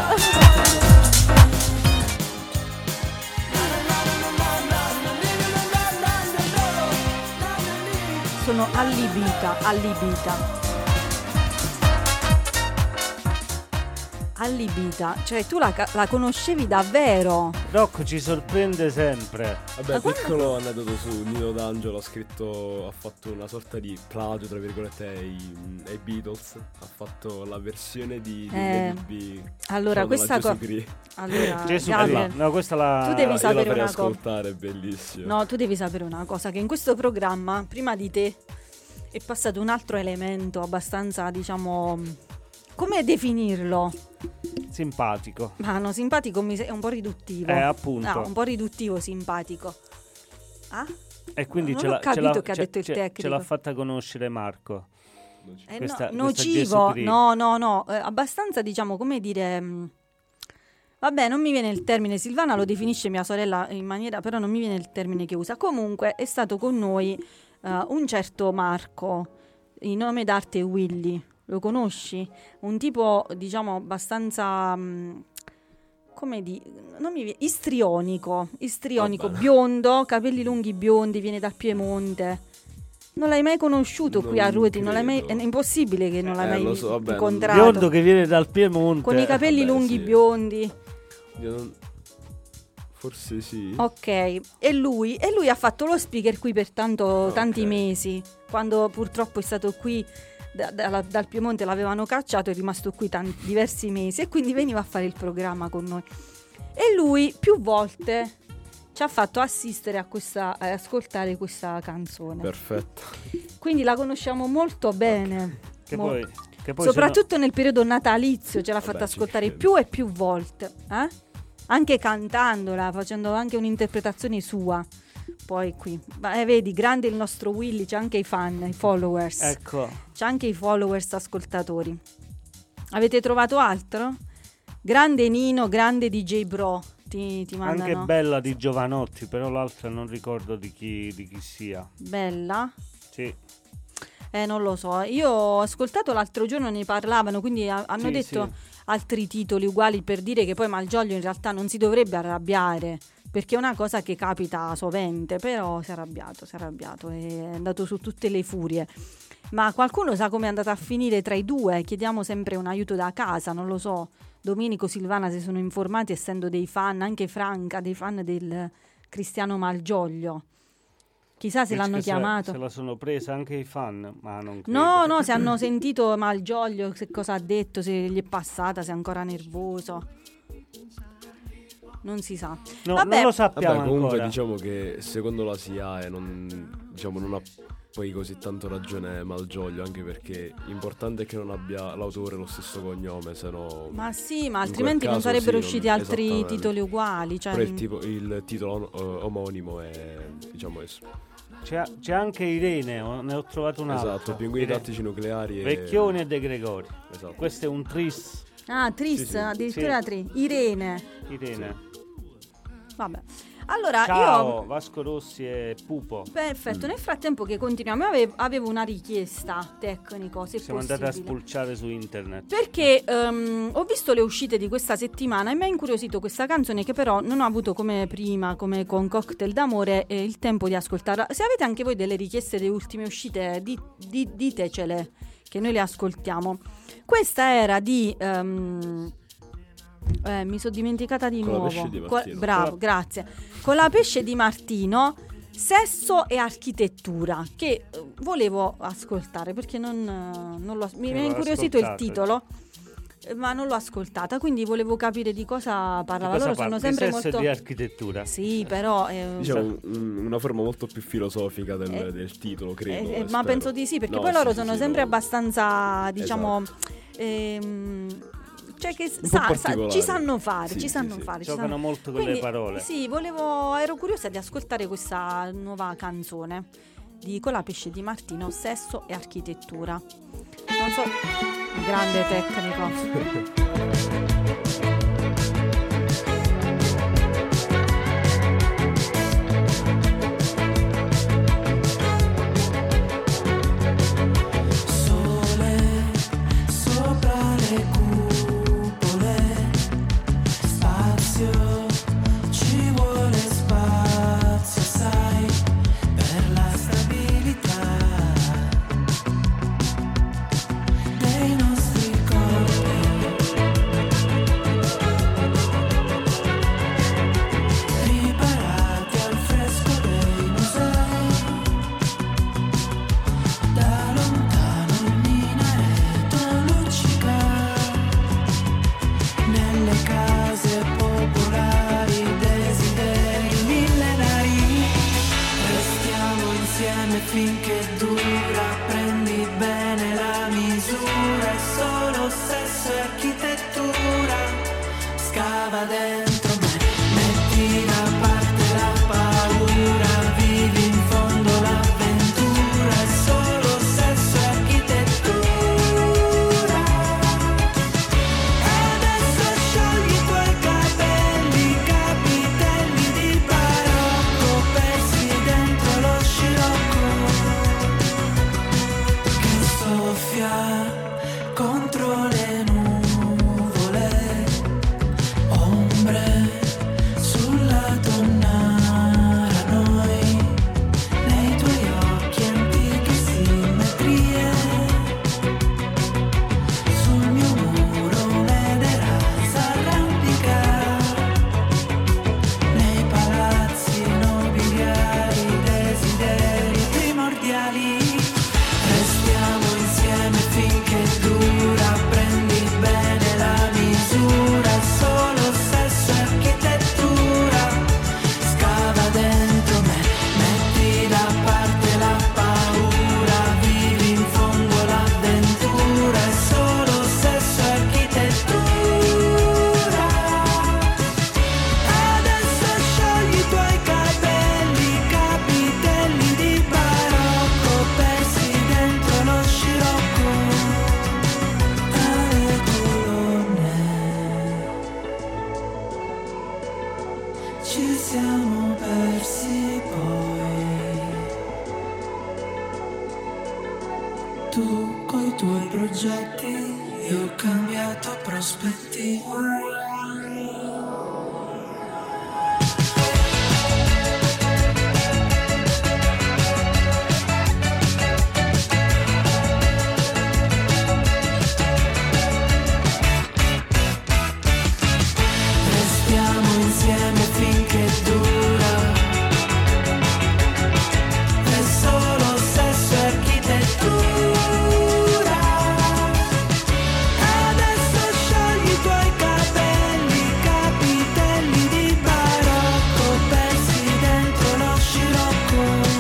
Sono allibita, allibita. Allibita, cioè tu la, ca- la conoscevi davvero? Rocco ci sorprende sempre. Vabbè, piccolo aneddoto su Nino D'Angelo, ha scritto, ha fatto una sorta di plagio, tra virgolette, ai, ai Beatles. Ha fatto la versione di, di Eh, Lady B. allora, con questa la co- Gesù Cri- Allora, Gesù Gabriel, Cristo. No, questa la Tu devi Io sapere la farei una cosa. ascoltare, è bellissimo. no, tu devi sapere una cosa, che in questo programma, prima di te, è passato un altro elemento abbastanza, diciamo, come definirlo? simpatico. Ma no, simpatico mi se- è un po' riduttivo. Eh, appunto. No, un po' riduttivo, simpatico. Ah? E quindi Non ce ho l'ha, ce capito l'ha- che ha ce- detto il ce- tecnico. ce l'ha fatta conoscere Marco. Eh, Questa- no, questa Gesù nocivo, Cristo. no, no, no, eh, abbastanza, diciamo, come dire... mh, vabbè, non mi viene il termine, Silvana lo definisce mia sorella in maniera, però non mi viene il termine che usa. Comunque è stato con noi eh, un certo Marco, il nome d'arte è Willy, lo conosci? Un tipo, diciamo, abbastanza... mh, come di... non mi viene... istrionico, istrionico, Vabbè. biondo, capelli lunghi biondi, viene dal Piemonte. Non l'hai mai conosciuto qui a Non Ruoti? Non l'hai mai... credo. È impossibile che non l'hai Eh, mai lo so, vabbè, non- incontrato. Biondo che viene dal Piemonte. Con i capelli vabbè, lunghi sì. biondi. Io non- Forse sì. Ok, e lui, e lui ha fatto lo speaker qui per tanto, Ok. tanti mesi. Quando purtroppo è stato qui da- dalla- dal Piemonte, l'avevano cacciato, è rimasto qui tanti, diversi mesi e quindi veniva a fare il programma con noi. E lui più volte ci ha fatto assistere a questa, a ascoltare questa canzone. Perfetto. Quindi la conosciamo molto bene. Che Mo- poi, che poi Soprattutto nel periodo natalizio ce l'ha Vabbè, fatta ci ascoltare credo. più e più volte, eh? Anche cantandola, facendo anche un'interpretazione sua. Poi qui, ma, eh, vedi, grande il nostro Willy, c'è anche i fan, i followers, se no- ecco, c'è anche i followers ascoltatori. Avete trovato altro? Grande Nino, grande D J Bro, ti, ti mandano. anche bella di Giovanotti, però l'altra non ricordo di chi, di chi sia. Bella? Sì. Eh, non lo so, io ho ascoltato l'altro giorno, ne parlavano, quindi ha- hanno Sì, detto sì. altri titoli uguali per dire che poi Malgioglio in realtà non si dovrebbe arrabbiare, perché è una cosa che capita sovente, però si è arrabbiato, si è arrabbiato, è andato su tutte le furie. Ma qualcuno sa come è andata a finire tra i due? Chiediamo sempre un aiuto da casa, non lo so. Domenico, Silvana si sono informati, essendo dei fan, anche Franca, dei fan del Cristiano Malgioglio. Chissà se Dici l'hanno che se- chiamato. Se la sono presa anche i fan, ma non credo. No, no, se hanno sentito Malgioglio, se cosa ha detto, se gli è passata, se è ancora nervoso. Non si sa. No, Vabbè. non lo sappiamo Vabbè, comunque ancora. diciamo che secondo la S I A E non, diciamo, non ha poi così tanto ragione Malgioglio, anche perché l'importante è che non abbia l'autore lo stesso cognome, se no... Ma sì, ma in altrimenti quel non caso sarebbero sì, usciti non- altri esattamente. titoli uguali. Cioè, Però il, tipo- il titolo eh, omonimo è, diciamo, è s- C'è, c'è anche Irene, ho- ne ho trovato un altro. Esatto, pinguini Irene. tattici nucleari. E... Vecchioni e De Gregori. Esatto. Questo è un tris. Ah, Tris, Sì, sì. addirittura Sì. Tri. Irene. Irene. Vabbè. Allora, Ciao, io... Vasco Rossi e Pupo. Perfetto, nel frattempo che continuiamo, avevo, avevo una richiesta tecnico, se Siamo possibile. andati a spulciare su internet. Perché ehm, ho visto le uscite di questa settimana e mi ha incuriosito questa canzone, che però non ho avuto come prima, come con Cocktail d'amore, eh, il tempo di ascoltarla. Se avete anche voi delle richieste delle ultime uscite, di, di, ditecele, che noi le ascoltiamo. Questa era di... ehm, eh, mi sono dimenticata di Con la nuovo. Pesce di Co- Martino. bravo, Con la- grazie. Con la Pesce di Martino, Sesso e architettura, che eh, volevo ascoltare perché non, eh, non l'ho, mi Non mi ha l'ho incuriosito il ascoltata. titolo, eh, ma non l'ho ascoltata, quindi volevo capire di cosa parlava. Di cosa Loro sono parli? sempre di sesso molto... e di architettura. Sì, però... eh, Diciamo un- una forma molto più filosofica del, Eh, del titolo, credo. eh, eh, ma spero. penso di sì, perché No, poi loro sì, sì, sono sì, sempre no. abbastanza, diciamo... Esatto. ehm, cioè che po' sa- sa- particolari. ci sanno fare, Sì, ci sì, sanno sì. fare. ci Giocano sanno- molto con le Quindi, parole. Sì, volevo, ero curiosa di ascoltare questa nuova canzone di Con la Pesce di Martino, Sesso e architettura. Non so, grande tecnico. Sole sopra le cupole, spazio, ci vuole spazio, sai, per la stabilità dei nostri corpi. Riparati al fresco dei musei, da lontano il minareto luccica, nelle case popolari desideri millenari. Restiamo insieme finché dura, prendi bene la misura, è solo sesso e architettura. Scava dentro me, metti da parte la paura, vivi in fondo l'avventura, è solo sesso e architettura. Adesso sciogli i tuoi capelli, capitelli di barocco, persi dentro lo scirocco che soffia contro le nuvole, ombre sulla tonnara, noi nei tuoi occhi antiche simmetrie, sul mio muro un'edera s'arrampica, nei palazzi nobiliari desideri primordiali. Restiamo insieme finché dura, prendi bene la misura, è solo sesso e architettura. Scava dentro me, metti da parte la paura, vivi in fondo l'avventura, è solo sesso e architettura. Adesso sciogli i tuoi capelli, capitelli di barocco, persi dentro lo scirocco, tra le colonne. Ci siamo persi poi, tu coi tuoi progetti, io ho cambiato prospettiva. Restiamo insieme finché dura, è solo sesso e architettura. Adesso sciogli i tuoi capelli, capitelli di barocco, persi dentro lo scirocco.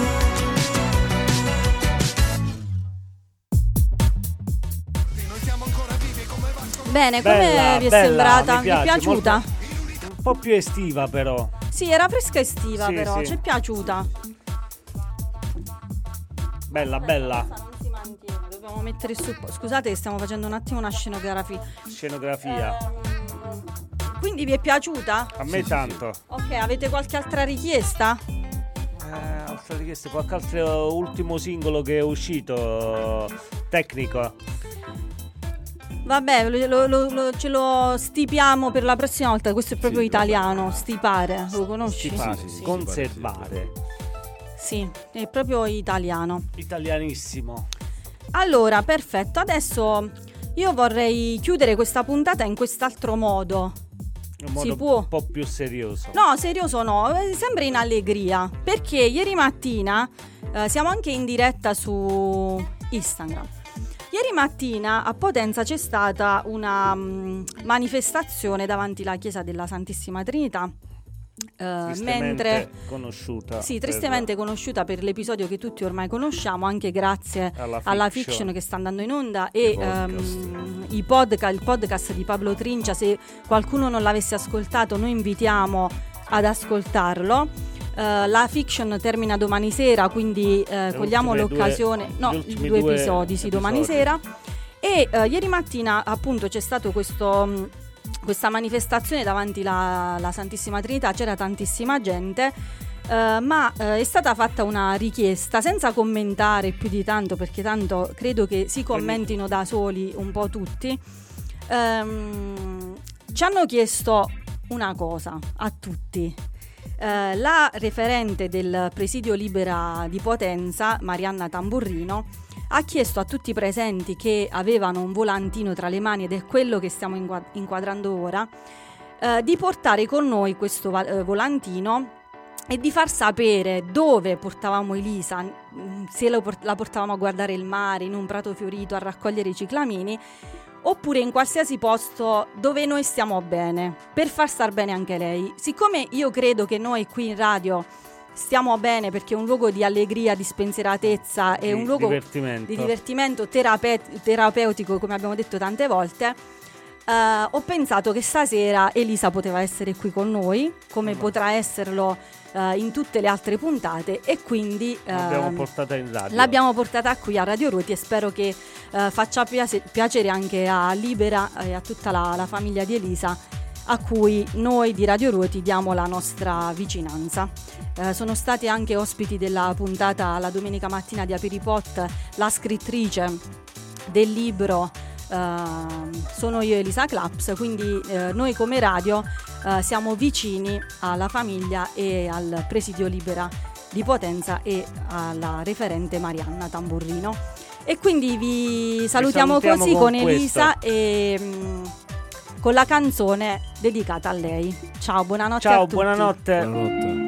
Bene, come Bella, vi è bella, sembrata? mi Vi è piace, piaciuta? molto- un po' più estiva però. Sì, era fresca estiva, Sì, però sì. ci è piaciuta. Bella, bella. Questa non si mantiene, dobbiamo mettere su. Scusate che stiamo facendo un attimo una scenografia. Scenografia. Ehm, quindi vi è piaciuta? A me tanto. Ok, avete qualche altra richiesta? Eh, altre richieste, qualche altro ultimo singolo che è uscito tecnico. Vabbè, lo, lo, lo, ce lo stipiamo per la prossima volta. Questo è proprio Sì, italiano, stipare, lo conosci? Stipare, Sì, sì, sì. conservare. Sì, è proprio italiano. Italianissimo. Allora, perfetto. Adesso io vorrei chiudere questa puntata in quest'altro modo. In un modo Si può? un po' più serioso. No, serioso no, eh, sempre in allegria. Perché ieri mattina eh, siamo anche in diretta su Instagram. Ieri mattina a Potenza c'è stata una mh, manifestazione davanti alla chiesa della Santissima Trinità. Uh, mentre conosciuta sì, tristemente per... conosciuta per l'episodio che tutti ormai conosciamo, anche grazie alla, alla fiction. fiction che sta andando in onda e Podcast. um, i podca- il podcast di Pablo Trincia. Se qualcuno non l'avesse ascoltato, noi invitiamo ad ascoltarlo. Uh, la fiction termina domani sera, quindi uh, cogliamo l'occasione. Due, no, gli due, due episodi, episodi, sì, domani sera. E uh, ieri mattina appunto c'è stato questo mh, questa manifestazione davanti alla, alla Santissima Trinità. C'era tantissima gente, uh, ma uh, è stata fatta una richiesta senza commentare più di tanto, perché tanto credo che si commentino da soli un po' tutti. Um, ci hanno chiesto una cosa a tutti. Uh, la referente del Presidio Libera di Potenza, Marianna Tamburrino, ha chiesto a tutti i presenti che avevano un volantino tra le mani, ed è quello che stiamo inquadrando ora, eh, di portare con noi questo va- eh, volantino e di far sapere dove portavamo Elisa, se lo port- la portavamo a guardare il mare, in un prato fiorito, a raccogliere i ciclamini, oppure in qualsiasi posto dove noi stiamo bene, per far star bene anche lei. Siccome io credo che noi qui in radio stiamo bene, perché è un luogo di allegria, di spensieratezza, è Di un luogo divertimento. di divertimento terape- terapeutico, come abbiamo detto tante volte, uh, ho pensato che stasera Elisa poteva essere qui con noi, come Mm. potrà esserlo uh, in tutte le altre puntate, e quindi uh, L'abbiamo portata in radio. l'abbiamo portata qui a Radio Ruoti, e spero che uh, faccia piace- piacere anche a Libera e a tutta la, la famiglia di Elisa, a cui noi di Radio Ruoti diamo la nostra vicinanza. Eh, sono stati anche ospiti della puntata la domenica mattina di Apiripot la scrittrice del libro eh, Sono io Elisa Claps, quindi eh, noi come radio eh, siamo vicini alla famiglia e al Presidio Libera di Potenza e alla referente Marianna Tamburrino. E quindi vi salutiamo, salutiamo così con con Elisa questo. e mh, con la canzone dedicata a lei. Ciao, buonanotte Ciao, a tutti. buonanotte. Buonanotte.